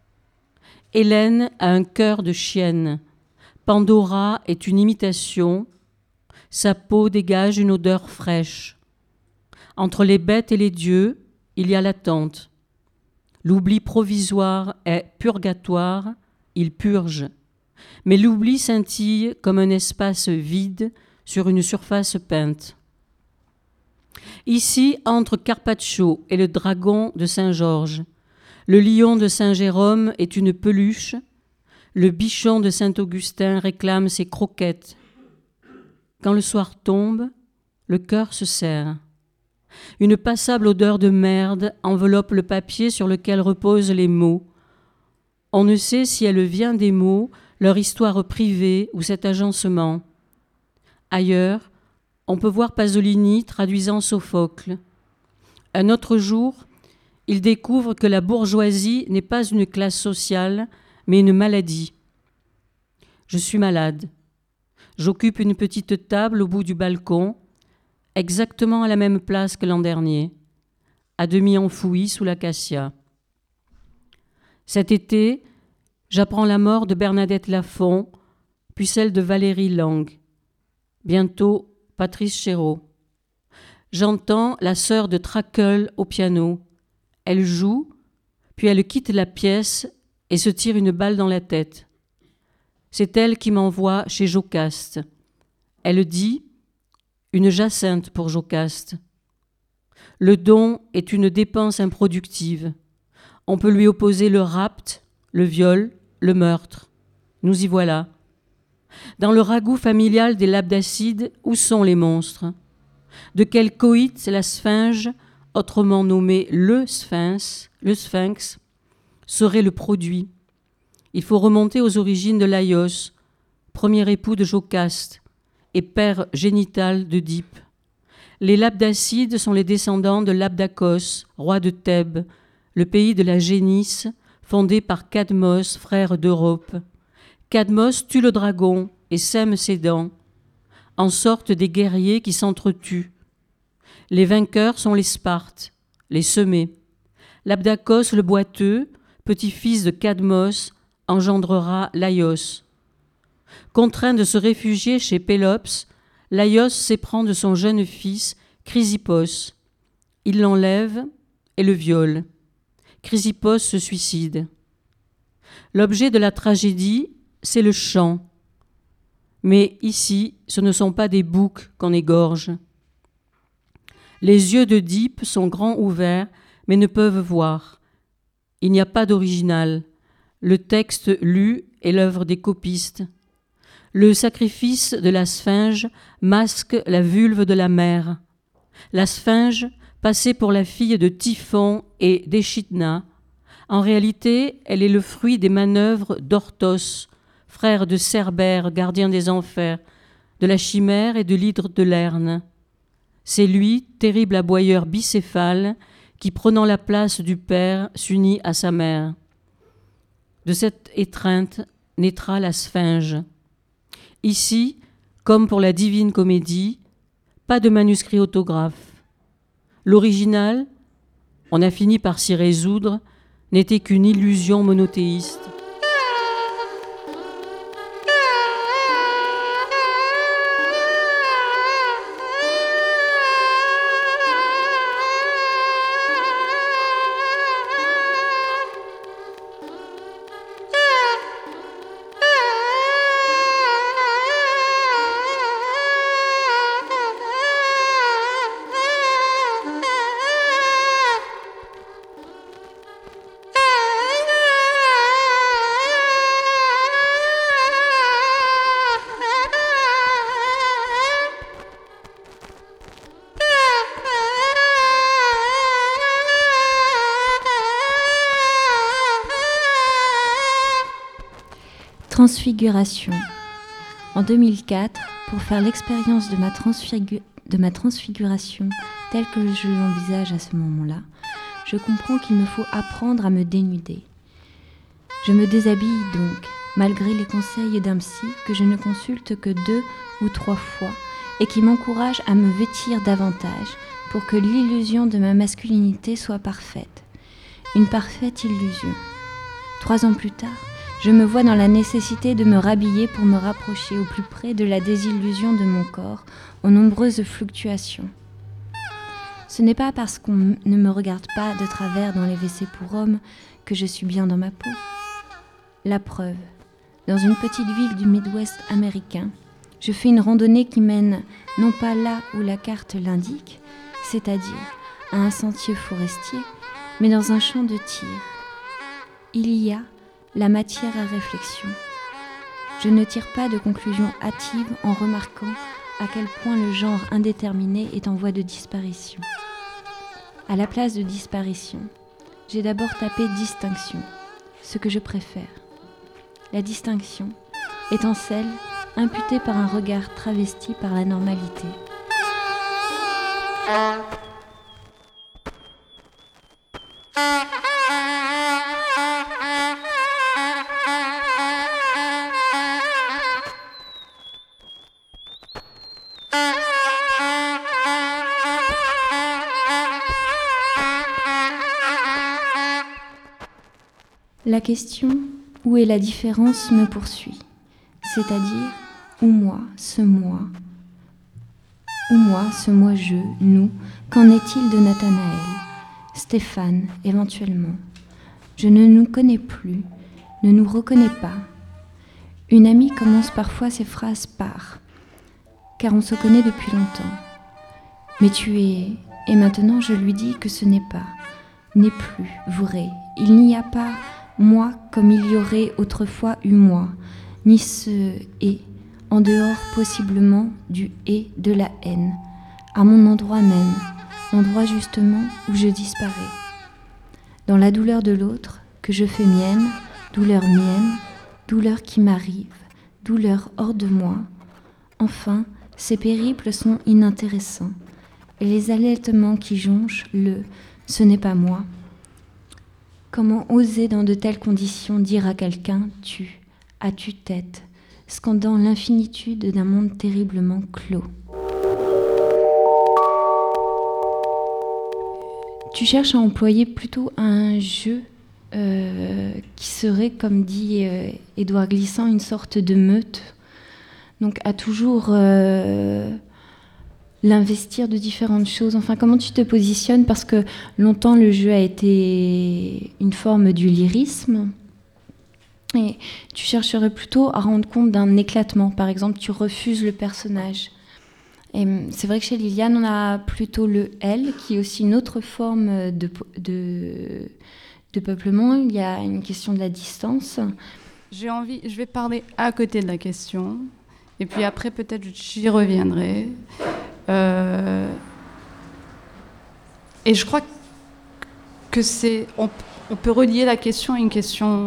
Hélène a un cœur de chienne. Pandora est une imitation. Sa peau dégage une odeur fraîche. Entre les bêtes et les dieux, il y a l'attente. L'oubli provisoire est purgatoire, il purge. Mais l'oubli scintille comme un espace vide sur une surface peinte. Ici entre Carpaccio et le dragon de Saint-Georges. Le lion de Saint-Jérôme est une peluche. Le bichon de Saint-Augustin réclame ses croquettes. Quand le soir tombe, le cœur se serre. Une passable odeur de merde enveloppe le papier sur lequel reposent les mots. On ne sait si elle vient des mots, leur histoire privée ou cet agencement. Ailleurs, on peut voir Pasolini traduisant Sophocle. Un autre jour, il découvre que la bourgeoisie n'est pas une classe sociale, mais une maladie. Je suis malade. J'occupe une petite table au bout du balcon, exactement à la même place que l'an dernier, à demi enfouie sous l'acacia. Cet été, j'apprends la mort de Bernadette Lafont, puis celle de Valérie Lang. Bientôt, Patrice Chéreau. J'entends la sœur de Traqueul au piano. Elle joue, puis elle quitte la pièce et se tire une balle dans la tête. C'est elle qui m'envoie chez Jocaste. Elle dit « Une Jacinthe pour Jocaste ». Le don est une dépense improductive. On peut lui opposer le rapt, le viol, le meurtre. Nous y voilà. Dans le ragoût familial des Labdacides, où sont les monstres ? De quel coït la sphinge, autrement nommée le sphinx, serait le produit ? Il faut remonter aux origines de Laios, premier époux de Jocaste et père génital d'Œdipe. Les Labdacides sont les descendants de Labdakos, roi de Thèbes, le pays de la Génisse, fondé par Cadmos, frère d'Europe. Cadmos tue le dragon et sème ses dents, en sorte des guerriers qui s'entretuent. Les vainqueurs sont les Spartes, les semés. Labdakos le boiteux, petit-fils de Cadmos, engendrera Laios. Contraint de se réfugier chez Pélops, Laios s'éprend de son jeune fils, Chrysippos. Il l'enlève et le viole. Chrysippos se suicide. L'objet de la tragédie, c'est le chant. Mais ici, ce ne sont pas des boucs qu'on égorge. Les yeux d'Œdipe sont grands ouverts, mais ne peuvent voir. Il n'y a pas d'original. Le texte lu est l'œuvre des copistes. Le sacrifice de la sphinge masque la vulve de la mère. La sphinge, passée pour la fille de Typhon et d'Échidna, en réalité, elle est le fruit des manœuvres d'Orthos, frère de Cerbère, gardien des enfers, de la chimère et de l'hydre de Lerne. C'est lui, terrible aboyeur bicéphale, qui, prenant la place du père, s'unit à sa mère. De cette étreinte naîtra la sphinge. Ici, comme pour la Divine Comédie, pas de manuscrit autographe. L'original, on a fini par s'y résoudre, n'était qu'une illusion monothéiste. Transfiguration. En 2004, pour faire l'expérience de ma transfiguration telle que je l'envisage à ce moment-là, je comprends qu'il me faut apprendre à me dénuder. Je me déshabille donc, malgré les conseils d'un psy que je ne consulte que 2 ou 3 fois et qui m'encourage à me vêtir davantage pour que l'illusion de ma masculinité soit parfaite. Une parfaite illusion. 3 ans plus tard, je me vois dans la nécessité de me rhabiller pour me rapprocher au plus près de la désillusion de mon corps aux nombreuses fluctuations. Ce n'est pas parce qu'on ne me regarde pas de travers dans les WC pour hommes que je suis bien dans ma peau. La preuve, dans une petite ville du Midwest américain, je fais une randonnée qui mène non pas là où la carte l'indique, c'est-à-dire à un sentier forestier, mais dans un champ de tir. Il y a la matière à réflexion. Je ne tire pas de conclusion hâtive en remarquant à quel point le genre indéterminé est en voie de disparition. À la place de disparition, j'ai d'abord tapé distinction, ce que je préfère. La distinction étant celle imputée par un regard travesti par la normalité. La question où est la différence me poursuit, c'est-à-dire où moi, ce moi, je, nous, qu'en est-il de Nathanaël, Stéphane, éventuellement? Je ne nous connais plus, ne nous reconnais pas. Une amie commence parfois ses phrases par « car on se connaît depuis longtemps ». Mais tu es... Et maintenant je lui dis que ce n'est plus vrai. Il n'y a pas moi comme il y aurait autrefois eu moi, ni ce « et », en dehors possiblement du « et » de la haine, à mon endroit même, l'endroit justement où je disparais. Dans la douleur de l'autre, que je fais mienne, douleur qui m'arrive, douleur hors de moi. Enfin, ces périples sont inintéressants. Et les allaitements qui jonchent « ce n'est pas moi ». Comment oser dans de telles conditions dire à quelqu'un « tu, as-tu tête », scandant l'infinitude d'un monde terriblement clos. Tu cherches à employer plutôt un jeu qui serait, comme dit Édouard Glissant, une sorte de meute. Donc à toujours l'investir de différentes choses. Enfin, comment tu te positionnes? Parce que longtemps, le jeu a été une forme du lyrisme. Et tu chercherais plutôt à rendre compte d'un éclatement. Par exemple, tu refuses le personnage. Et c'est vrai que chez Liliane, on a plutôt le « elle », qui est aussi une autre forme de peuplement. Il y a une question de la distance. Je vais parler à côté de la question. Et puis après, peut-être, j'y reviendrai. Et je crois que on peut relier la question à une question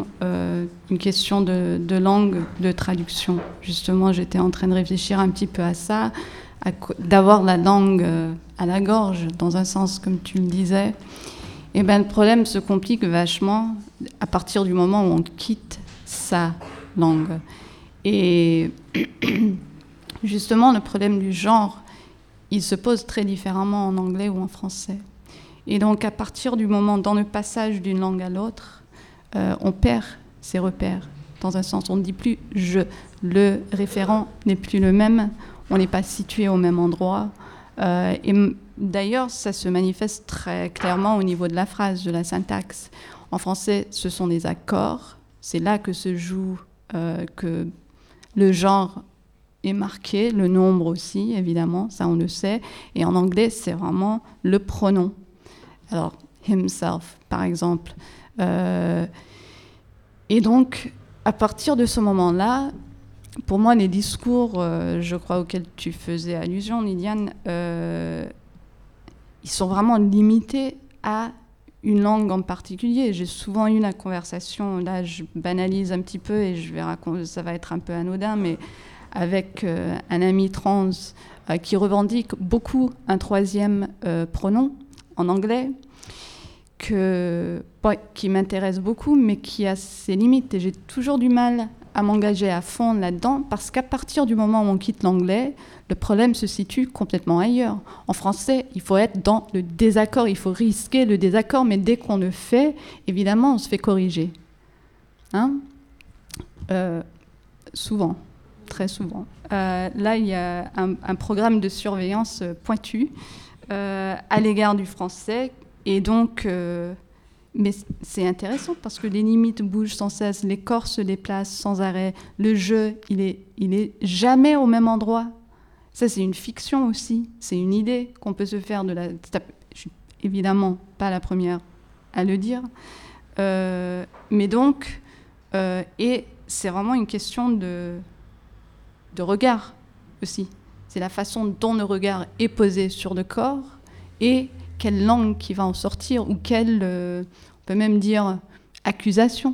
de langue, de traduction. Justement, j'étais en train de réfléchir un petit peu à ça, d'avoir la langue à la gorge, dans un sens, comme tu le disais. Et ben, le problème se complique vachement à partir du moment où on quitte sa langue. Et justement, le problème du genre, il se pose très différemment en anglais ou en français. Et donc, à partir du moment, dans le passage d'une langue à l'autre, on perd ses repères. Dans un sens, on ne dit plus « je ». Le référent n'est plus le même, on n'est pas situé au même endroit. Et d'ailleurs, ça se manifeste très clairement au niveau de la phrase, de la syntaxe. En français, ce sont des accords. C'est là que se joue, que le genre est marqué, le nombre aussi, évidemment, ça on le sait. Et en anglais, c'est vraiment le pronom. Alors, himself, par exemple. Et donc, à partir de ce moment-là, pour moi, les discours, je crois, auxquels tu faisais allusion, Liliane, ils sont vraiment limités à une langue en particulier. J'ai souvent eu la conversation, là je banalise un petit peu et je vais raconter, ça va être un peu anodin, mais avec un ami trans qui revendique beaucoup un troisième pronom en anglais, qui m'intéresse beaucoup, mais qui a ses limites. Et j'ai toujours du mal à m'engager à fond là-dedans, parce qu'à partir du moment où on quitte l'anglais, le problème se situe complètement ailleurs. En français, il faut être dans le désaccord, il faut risquer le désaccord, mais dès qu'on le fait, évidemment, on se fait corriger. Hein? Souvent, très souvent. Là, il y a un programme de surveillance pointu à l'égard du français, et donc... mais c'est intéressant parce que les limites bougent sans cesse, les corps se déplacent sans arrêt, le jeu, il est jamais au même endroit. Ça, c'est une fiction aussi, c'est une idée qu'on peut se faire de la... Je suis évidemment pas la première à le dire, mais donc, et c'est vraiment une question de regard aussi. C'est la façon dont le regard est posé sur le corps et quelle langue qui va en sortir, ou quelle, on peut même dire, accusation.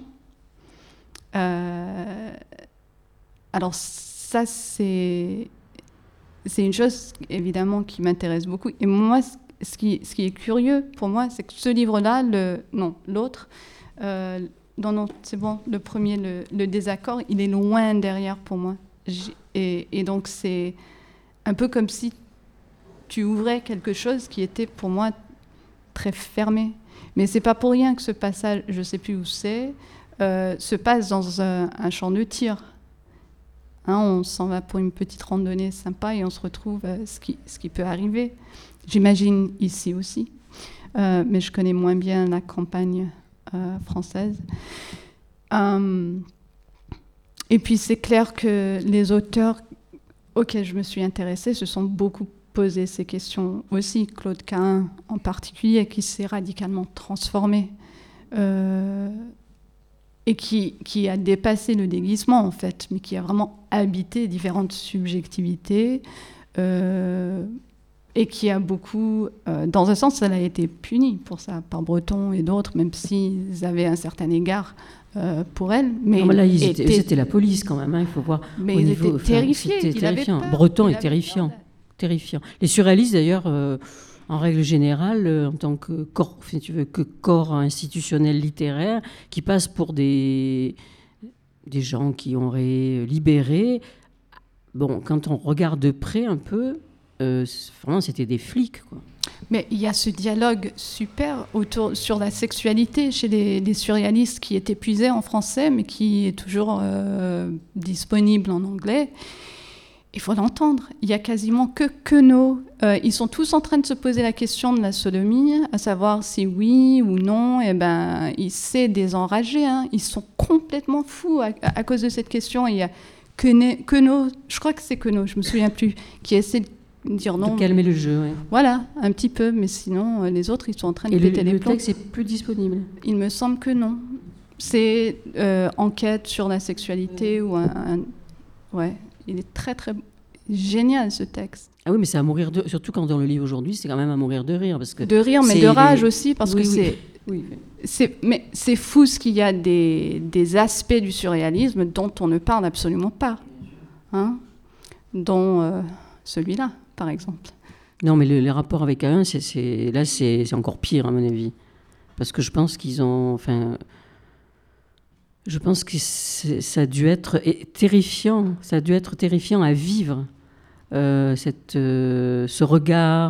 Alors ça, c'est une chose, évidemment, qui m'intéresse beaucoup. Et moi, ce qui est curieux pour moi, c'est que ce livre-là, l'autre, non, c'est bon, le premier, le désaccord, il est loin derrière pour moi. Et donc, c'est un peu comme si tu ouvrais quelque chose qui était pour moi très fermé. Mais c'est pas pour rien que ce passage, je sais plus où c'est, se passe dans un champ de tir. Hein, on s'en va pour une petite randonnée sympa et on se retrouve ce qui peut arriver. J'imagine ici aussi, mais je connais moins bien la campagne française. Et puis c'est clair que les auteurs auxquels je me suis intéressée se sont beaucoup posé ces questions aussi. Claude Cahun en particulier, qui s'est radicalement transformé et qui a dépassé le déguisement en fait, mais qui a vraiment habité différentes subjectivités et qui a beaucoup, dans un sens, elle a été punie pour ça par Breton et d'autres, même s'ils avaient un certain égard pour elle. Mais non, mais là, c'était la police quand même, hein, il faut voir. Mais ils étaient terrifiés. C'était terrifiant. Breton est terrifiant. Terrifiant. Les surréalistes, d'ailleurs, en règle générale, en tant que corps, si tu veux, que corps institutionnel littéraire, qui passe pour des gens qui auraient libéré. Bon, quand on regarde de près un peu, vraiment, c'était des flics, quoi. Mais il y a ce dialogue super sur la sexualité chez les surréalistes qui est épuisé en français, mais qui est toujours disponible en anglais. Il faut l'entendre. Il n'y a quasiment que Queneau. Ils sont tous en train de se poser la question de la sodomie, à savoir si oui ou non. Eh ben, c'est désenragé. Hein. Ils sont complètement fous à cause de cette question. Il y a Queneau, je crois que c'est Queneau, je ne me souviens plus, qui essaie de dire non. De calmer le jeu, oui. Voilà, un petit peu, mais sinon, les autres, ils sont en train de péter les plombs. Et le texte est plus disponible? Il me semble que non. C'est enquête sur la sexualité ou ouais, il est très, très génial, ce texte. Ah oui, mais c'est à mourir de... Surtout quand dans le livre aujourd'hui, c'est quand même à mourir de rire. Parce que de rire, mais de rage aussi, parce que oui. Mais c'est fou ce qu'il y a des aspects du surréalisme dont on ne parle absolument pas. Hein, dont celui-là, par exemple. Non, mais les rapports avec Cahun, c'est encore pire, à mon avis. Parce que je pense qu'ils ont... Enfin, je pense que ça a dû être terrifiant. Ça a dû être terrifiant à vivre. Ce regard...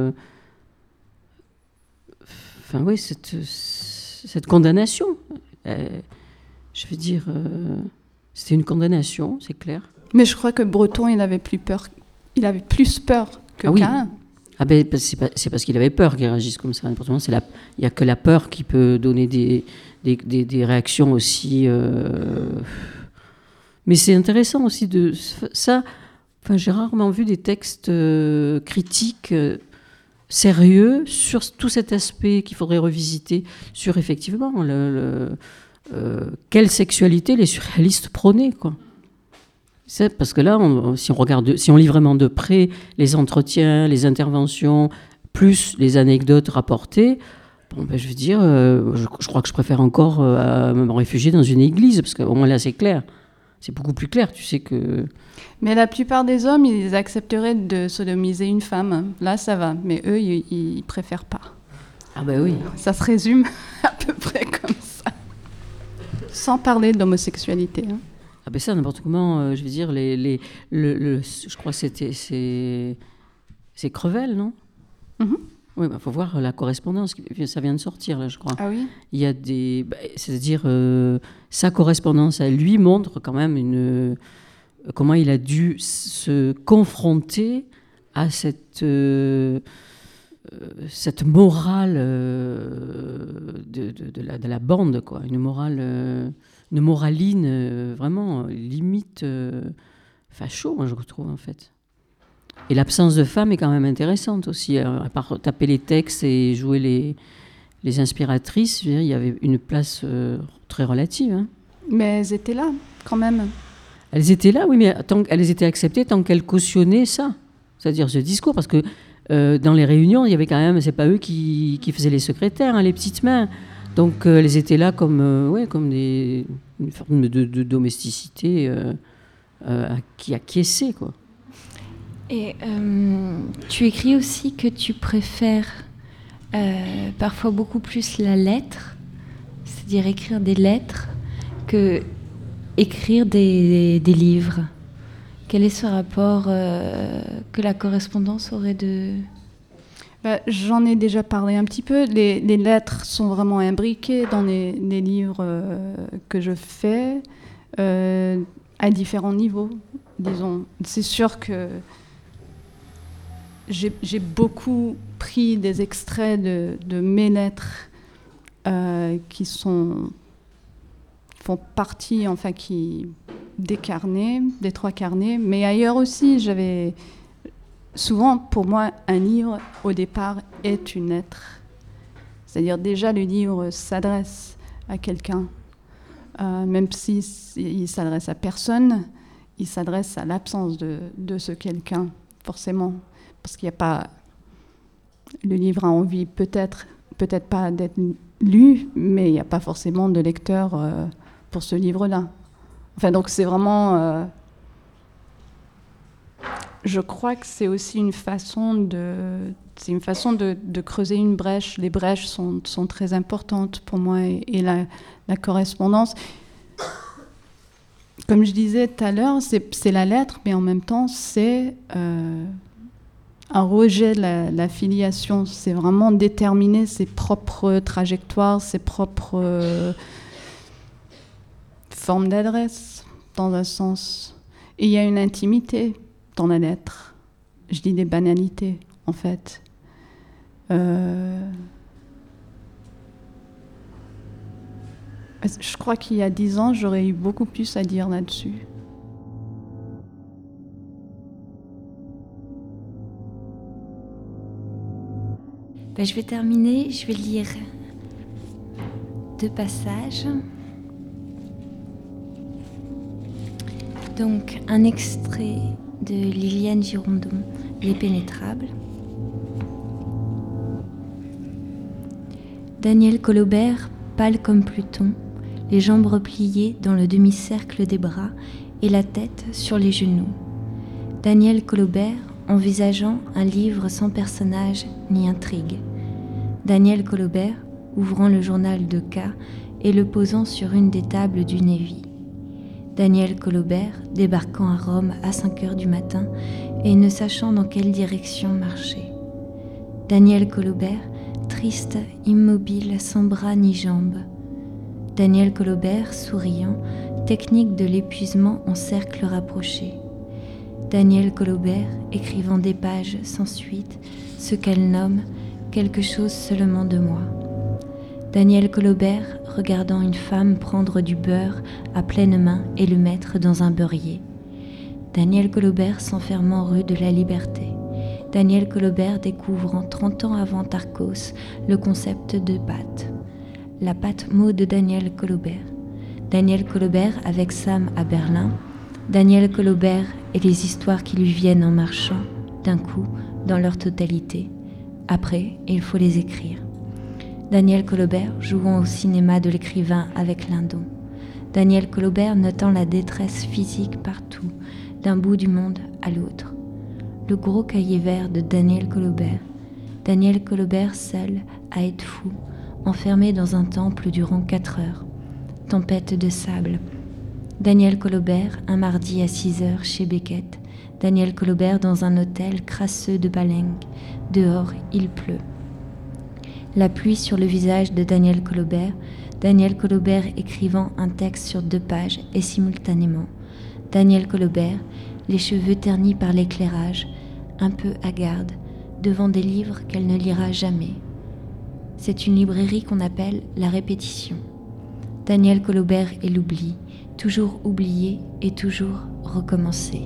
Enfin, oui, cette condamnation. Je veux dire... c'était une condamnation, c'est clair. Mais je crois que Breton, il avait plus peur que Cahun. Ah ben, c'est parce qu'il avait peur qu'il réagisse comme ça. Il n'y a que la peur qui peut donner des réactions aussi. Mais c'est intéressant aussi de ça. Enfin, j'ai rarement vu des textes critiques sérieux sur tout cet aspect qu'il faudrait revisiter sur effectivement quelle sexualité les surréalistes prônaient, quoi. C'est parce que là, si on lit vraiment de près les entretiens, les interventions, plus les anecdotes rapportées, bon, ben, je veux dire, je crois que je préfère encore me réfugier dans une église, parce qu'au moins là, c'est clair. C'est beaucoup plus clair, tu sais que... Mais la plupart des hommes, ils accepteraient de sodomiser une femme. Là, ça va. Mais eux, ils préfèrent pas. Ah ben oui. Ça se résume à peu près comme ça. Sans parler d'homosexualité, hein. Ah ben ça, n'importe comment, je veux dire, je crois que c'est Crevel, non? Mm-hmm. Oui, faut voir la correspondance, ça vient de sortir, là, je crois. Ah oui? Il y a c'est-à-dire, sa correspondance à lui montre quand même comment il a dû se confronter à cette morale de la bande, quoi, une moraline vraiment limite facho, moi je retrouve en fait. Et l'absence de femmes est quand même intéressante aussi, à part taper les textes et jouer les inspiratrices, je veux dire, il y avait une place très relative. Hein. Mais elles étaient là quand même. Elles étaient là, oui, mais elles étaient acceptées tant qu'elles cautionnaient ça, c'est-à-dire ce discours, parce que dans les réunions, il y avait quand même, c'est pas eux qui faisaient les secrétaires, hein, les petites mains. Donc, elles étaient là comme une forme de domesticité qui acquiesçait, quoi. Et tu écris aussi que tu préfères parfois beaucoup plus la lettre, c'est-à-dire écrire des lettres, que écrire des livres. Quel est ce rapport que la correspondance aurait de... J'en ai déjà parlé un petit peu. Les lettres sont vraiment imbriquées dans les livres que je fais à différents niveaux, disons. C'est sûr que j'ai beaucoup pris des extraits de mes lettres qui font partie, enfin, des carnets, des 3 carnets, mais ailleurs aussi, souvent, pour moi, un livre, au départ, est une lettre. C'est-à-dire, déjà, le livre s'adresse à quelqu'un. Même s'il s'adresse à personne, il s'adresse à l'absence de ce quelqu'un, forcément. Parce qu'il n'y a pas... Le livre a envie, peut-être pas d'être lu, mais il n'y a pas forcément de lecteur pour ce livre-là. Enfin, donc, c'est vraiment... Je crois que c'est aussi une façon de creuser une brèche. Les brèches sont très importantes pour moi et la correspondance. Comme je disais tout à l'heure, c'est la lettre, mais en même temps, c'est un rejet de la filiation. C'est vraiment déterminer ses propres trajectoires, ses propres formes d'adresse, dans un sens. Et il y a une intimité dans la lettre. Je dis des banalités, en fait. Je crois qu'il y a 10 ans, j'aurais eu beaucoup plus à dire là-dessus. Je vais terminer, je vais lire 2 passages. Donc, un extrait de Liliane Girondon, Les Pénétrables. Daniel Colobert, pâle comme Pluton, les jambes repliées dans le demi-cercle des bras et la tête sur les genoux. Daniel Colobert, envisageant un livre sans personnage ni intrigue. Daniel Colobert, ouvrant le journal de cas et le posant sur une des tables du Navy. Daniel Colobert, débarquant à Rome à 5 heures du matin et ne sachant dans quelle direction marcher. Daniel Colobert, triste, immobile, sans bras ni jambes. Daniel Colobert, souriant, technique de l'épuisement en cercle rapproché. Daniel Colobert, écrivant des pages sans suite, ce qu'elle nomme quelque chose seulement de moi. Daniel Colobert, regardant une femme prendre du beurre à pleine main et le mettre dans un beurrier. Daniel Colobert s'enfermant rue de la Liberté. Daniel Colobert découvrant 30 ans avant Tarcos le concept de pâte. La pâte mot de Daniel Colobert. Daniel Colobert avec Sam à Berlin. Daniel Colobert et les histoires qui lui viennent en marchant, d'un coup, dans leur totalité. Après, il faut les écrire. Daniel Colobert jouant au cinéma de l'écrivain avec Lindon. Daniel Colobert notant la détresse physique partout, d'un bout du monde à l'autre. Le gros cahier vert de Daniel Colobert. Daniel Colobert seul à être fou, enfermé dans un temple durant 4 heures. Tempête de sable. Daniel Colobert, un mardi à 6 heures chez Beckett. Daniel Colobert dans un hôtel crasseux de Balengue. Dehors, il pleut. La pluie sur le visage de Daniel Colobert. Daniel Colobert écrivant un texte sur 2 pages et simultanément. Daniel Colobert, les cheveux ternis par l'éclairage, un peu hagarde, devant des livres qu'elle ne lira jamais. C'est une librairie qu'on appelle la répétition. Daniel Colobert et l'oubli, toujours oublié et toujours recommencé.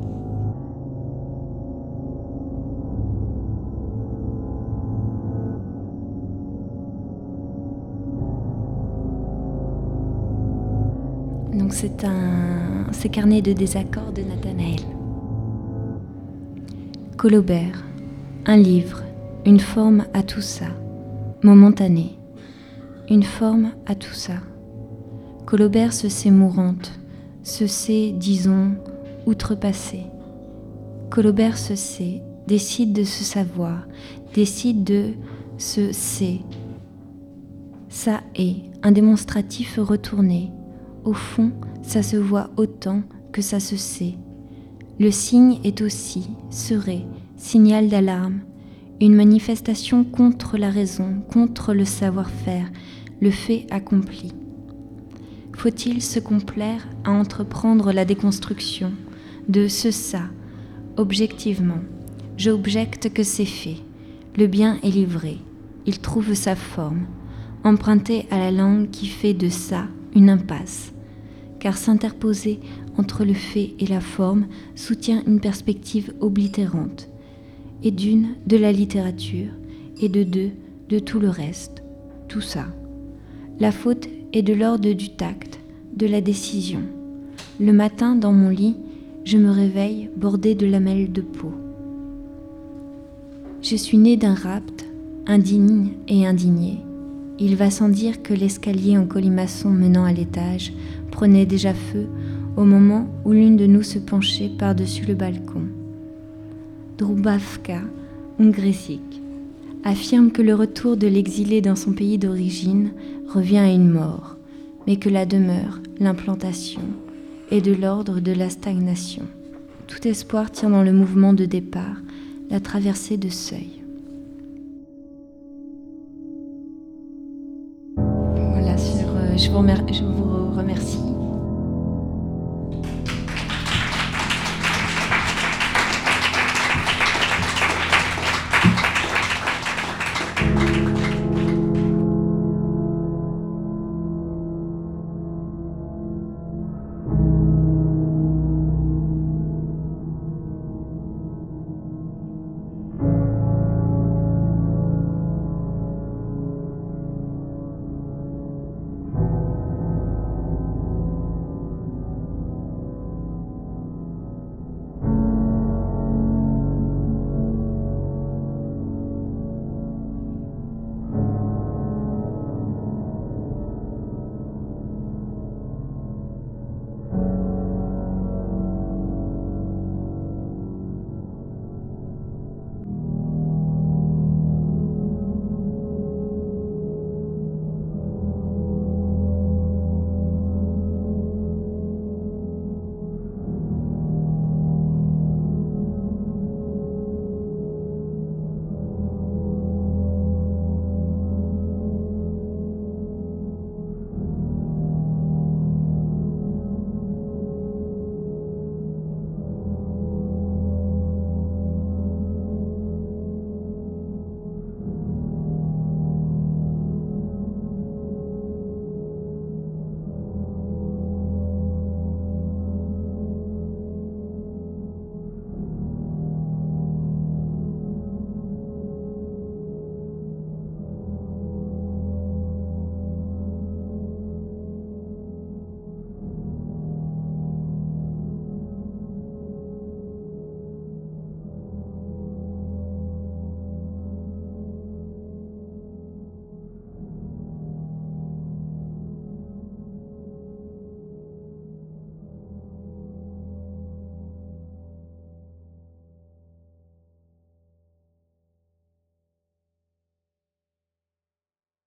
Donc c'est Carnet de désaccord de Nathanaël. Colobert, un livre, une forme à tout ça, momentanée, une forme à tout ça. Colobert se sait mourante, se sait, disons, outrepassée. Colobert se sait, décide de se savoir, décide de se sait. Ça est, un démonstratif retourné. Au fond, ça se voit autant que ça se sait. Le signe est aussi, serait, signal d'alarme, une manifestation contre la raison, contre le savoir-faire, le fait accompli. Faut-il se complaire à entreprendre la déconstruction de ce ça, objectivement? J'objecte que c'est fait. Le bien est livré. Il trouve sa forme, emprunté à la langue qui fait de ça une impasse. Car s'interposer entre le fait et la forme soutient une perspective oblitérante. Et d'une, de la littérature, et de deux, de tout le reste. Tout ça. La faute est de l'ordre du tact, de la décision. Le matin, dans mon lit, je me réveille bordée de lamelles de peau. Je suis née d'un rapt, indigne et indigné. Il va sans dire que l'escalier en colimaçon menant à l'étage prenait déjà feu au moment où l'une de nous se penchait par-dessus le balcon. Drubavka Ungresik affirme que le retour de l'exilé dans son pays d'origine revient à une mort, mais que la demeure, l'implantation, est de l'ordre de la stagnation. Tout espoir tient dans le mouvement de départ, la traversée de seuil. Voilà, je vous remercie.